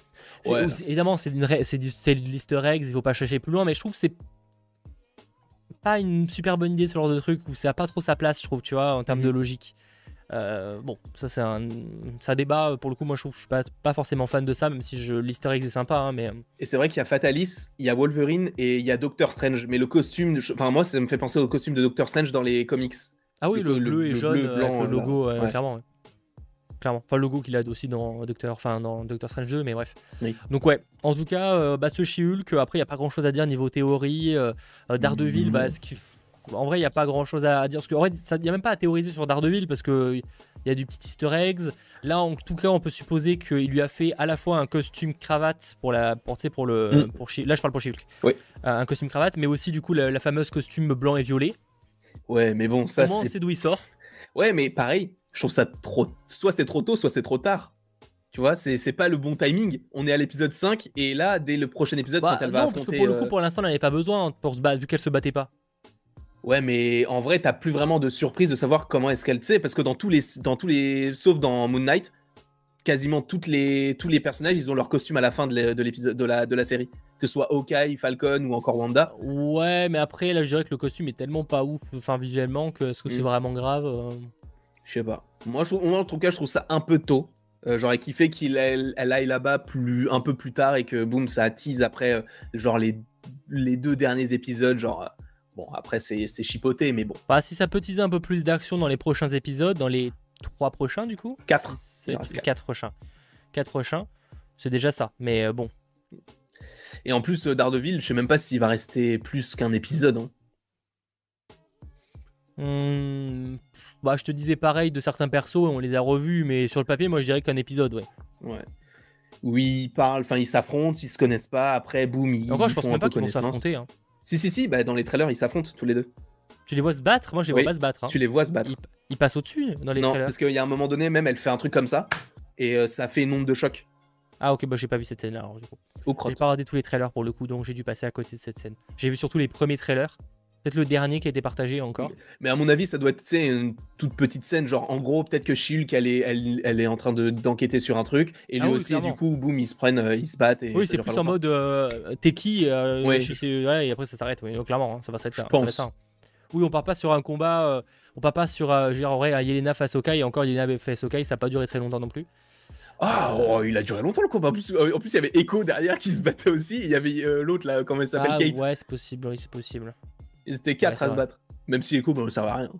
C'est- Ouais. Évidemment, c'est une ré- c'est du, c'est de l'easter eggs, il faut pas chercher plus loin, mais je trouve que c'est pas une super bonne idée ce genre de truc où ça a pas trop sa place, je trouve, tu vois, en termes Mhm. de logique. Euh, bon, ça c'est un, ça débat. Pour le coup, moi je trouve que je suis pas, pas forcément fan de ça, même si je, l'easter egg est sympa, hein, mais Et c'est vrai qu'il y a Fatalis, il y a Wolverine et il y a Doctor Strange. Mais le costume, je- enfin moi, ça me fait penser au costume de Doctor Strange dans les comics. ah oui, Le- le, le- bleu et le jaune bleu, euh, blanc, avec le là. logo, ouais, Ouais. clairement, ouais. Clairement. Enfin, le logo qu'il a aussi dans Doctor, enfin dans Doctor Strange deux, mais bref. Oui. Donc ouais, en tout cas, euh, bah, ce She-Hulk, après il y a pas grand chose à dire niveau théorie. Euh, euh, Daredevil, Non. bah, ce qui- en vrai il y a pas grand chose à dire parce qu'en vrai il y a même pas à théoriser sur Daredevil parce que il y a du petit Easter eggs. Là, en tout cas, on peut supposer qu'il lui a fait à la fois un costume cravate pour la, pour, tu sais, pour le, Mm. pour She- là je parle pour She-Hulk. Oui. Euh, un costume cravate, mais aussi du coup la, la fameuse costume blanc et violet. Ouais, mais bon, ça Au moins, on c'est. sait d'où il sort. Ouais, mais pareil, je trouve ça trop. Soit c'est trop tôt, soit c'est trop tard. Tu vois, c'est c'est pas le bon timing. On est à l'épisode cinq et là, dès le prochain épisode, Bah, quand elle va non, parce que affronter. pour le coup, euh, pour l'instant, elle n'avait pas besoin pour se battre, vu qu'elle se battait pas. Ouais, mais en vrai, t'as plus vraiment de surprise de savoir comment est-ce qu'elle sait, parce que dans tous les, dans tous les, sauf dans Moon Knight, quasiment toutes les, tous les personnages, ils ont leur costume à la fin de l'é- de l'épisode, de la, de la série, que ce soit Hawkeye, Falcon ou encore Wanda. Ouais, mais après, là, je dirais que le costume est tellement pas ouf, enfin, visuellement, que est-ce que c'est Mm. vraiment grave euh, Je sais pas. Moi, je, trouve- moi, en tout cas, je trouve ça un peu tôt. Euh, J'aurais kiffé qu'il elle, elle aille là-bas plus, un peu plus tard et que boum, ça tease après, euh, genre les, les deux derniers épisodes, genre. euh, Bon, après, c'est c'est chipoté, mais bon. Bah, si ça peut teaser un peu plus d'action dans les prochains épisodes, dans les trois prochains, du coup Quatre. Six, Il en reste sept, quatre. quatre prochains. Quatre prochains, c'est déjà ça, mais euh, bon. Et en plus, euh, Daredevil, je sais même pas s'il va rester plus qu'un épisode. Hein. Hmm, bah, je te disais pareil de certains persos, on les a revus, mais sur le papier, moi, je dirais qu'un épisode, ouais. Ouais. Oui, ils parlent, enfin ils s'affrontent, ils se connaissent pas, après boum, ils, Encore, ils je pense font même un pas peu qu'ils vont connaissance. s'affronter. Hein. Si, si, si, bah, dans les trailers, ils s'affrontent tous les deux. Tu les vois se battre? Moi, je les Oui, vois pas se battre. Hein. Tu les vois se battre. Ils, ils passent au-dessus dans les Non, trailers. parce qu'il y a un moment donné, même elle fait un truc comme ça, et euh, ça fait une onde de choc Ah, ok, bah, j'ai pas vu cette scène-là. alors, du coup. au J'ai crotte. pas regardé tous les trailers pour le coup, donc j'ai dû passer à côté de cette scène. J'ai vu surtout les premiers trailers. Peut-être le dernier qui a été partagé encore. Mais à mon avis, ça doit être tu sais, une toute petite scène, genre en gros, peut-être que She-Hulk, elle est, elle, elle est en train de- d'enquêter sur un truc, et lui Ah oui, aussi, clairement. du coup, boum, ils se prennent, euh, ils se battent. Et Oui, ça c'est dure plus pas en longtemps. mode euh, t'es qui euh, Ouais. je sais- ouais, et après ça s'arrête. Oui, donc, clairement, hein, ça va s'arrêter Je là, ça va pense. être ça, hein. Oui, on part pas sur un combat. euh, on part pas sur. Euh, je veux dire, en vrai, à Yelena face Hawkeye. Et encore, Yelena face Hawkeye, ça a pas duré très longtemps non plus. Ah, oh, il a duré longtemps le combat. En plus, euh, en plus, il y avait Echo derrière qui se battait aussi. Il y avait euh, l'autre là, comment elle s'appelle, Ah, Kate. ouais, c'est possible. Oui, c'est possible. Ils étaient quatre Ouais, c'est à se vrai. battre. Même si Echo, bon, ça va à rien.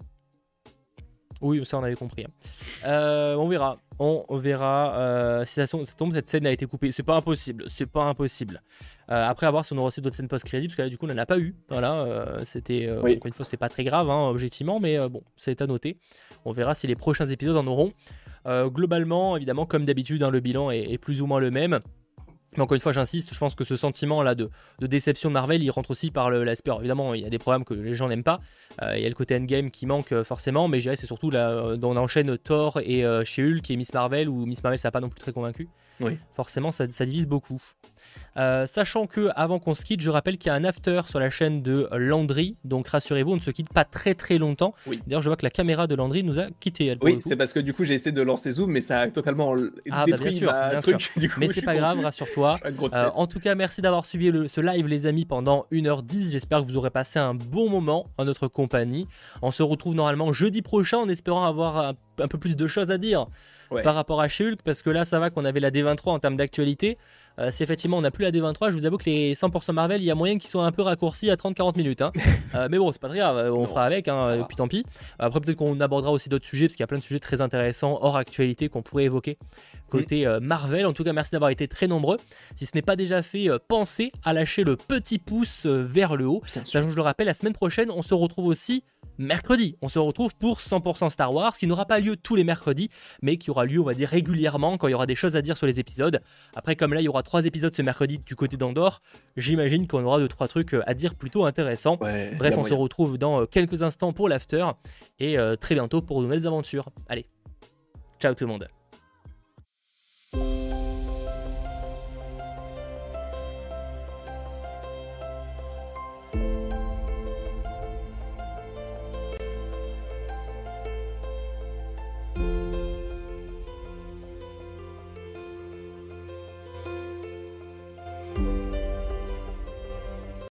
Oui, ça on avait compris. hein. Euh, on verra. On verra euh, si ça, ça tombe, cette scène a été coupée. C'est pas impossible. C'est pas impossible. Euh, après, à voir si on aura aussi d'autres scènes post-crédit, parce que là, du coup, on n'en a pas eu. Voilà, euh, c'était euh, Oui. encore une fois, c'était pas très grave, hein, objectivement, mais euh, bon, c'est à noter. On verra si les prochains épisodes en auront. Euh, globalement, évidemment, comme d'habitude, hein, le bilan est, est plus ou moins le même. Mais encore une fois, j'insiste, je pense que ce sentiment-là de, de déception de Marvel, il rentre aussi par le- l'aspect. Alors, évidemment, il y a des programmes que les gens n'aiment pas. Euh, il y a le côté endgame qui manque euh, forcément, mais je dirais que c'est surtout là, euh, dont on enchaîne Thor et euh, chez Hulk et Miss Marvel, où Miss Marvel, ça n'a pas non plus très convaincu. Oui. Forcément, ça, ça divise beaucoup. Euh, sachant que, avant qu'on se quitte, je rappelle qu'il y a un after sur la chaîne de Landry, donc rassurez-vous, on ne se quitte pas très très longtemps. Oui. D'ailleurs, je vois que la caméra de Landry nous a quitté. Elle, pour Oui, le coup. c'est parce que du coup, j'ai essayé de lancer Zoom, mais ça a totalement l- Ah, bah, détruit bien sûr, ma bien truc. sûr. Du coup, Mais je c'est suis pas grave, confus. rassure-toi. Je suis une grosse Euh, tête. en tout cas, merci d'avoir suivi le- ce live, les amis, pendant une heure dix. J'espère que vous aurez passé un bon moment en notre compagnie. On se retrouve normalement jeudi prochain en espérant avoir un, un peu plus de choses à dire Ouais. par rapport à She-Hulk, parce que là, ça va qu'on avait la D vingt-trois en termes d'actualité. Euh, si effectivement on n'a plus la D vingt-trois, je vous avoue que les cent pour cent Marvel, il y a moyen qu'ils soient un peu raccourcis à trente à quarante minutes. hein. Euh, mais bon, c'est pas très grave, on Non, fera avec, hein, ça et va. puis tant pis. Après, peut-être qu'on abordera aussi d'autres sujets, parce qu'il y a plein de sujets très intéressants hors actualité qu'on pourrait évoquer côté euh, Marvel. En tout cas, merci d'avoir été très nombreux. Si ce n'est pas déjà fait, euh, pensez à lâcher le petit pouce euh, vers le haut. Bien sûr. Sachant que je le rappelle, la semaine prochaine, on se retrouve aussi mercredi. On se retrouve pour cent pour cent Star Wars, qui n'aura pas lieu tous les mercredis, mais qui aura lieu, on va dire, régulièrement quand il y aura des choses à dire sur les épisodes. Après, comme là, il y aura trois épisodes ce mercredi du côté d'Andorre, j'imagine qu'on aura deux trois trucs euh, à dire plutôt intéressants. Ouais, Bref, y a on se moyen. retrouve dans euh, quelques instants pour l'after et euh, très bientôt pour de nouvelles aventures. Allez, ciao tout le monde.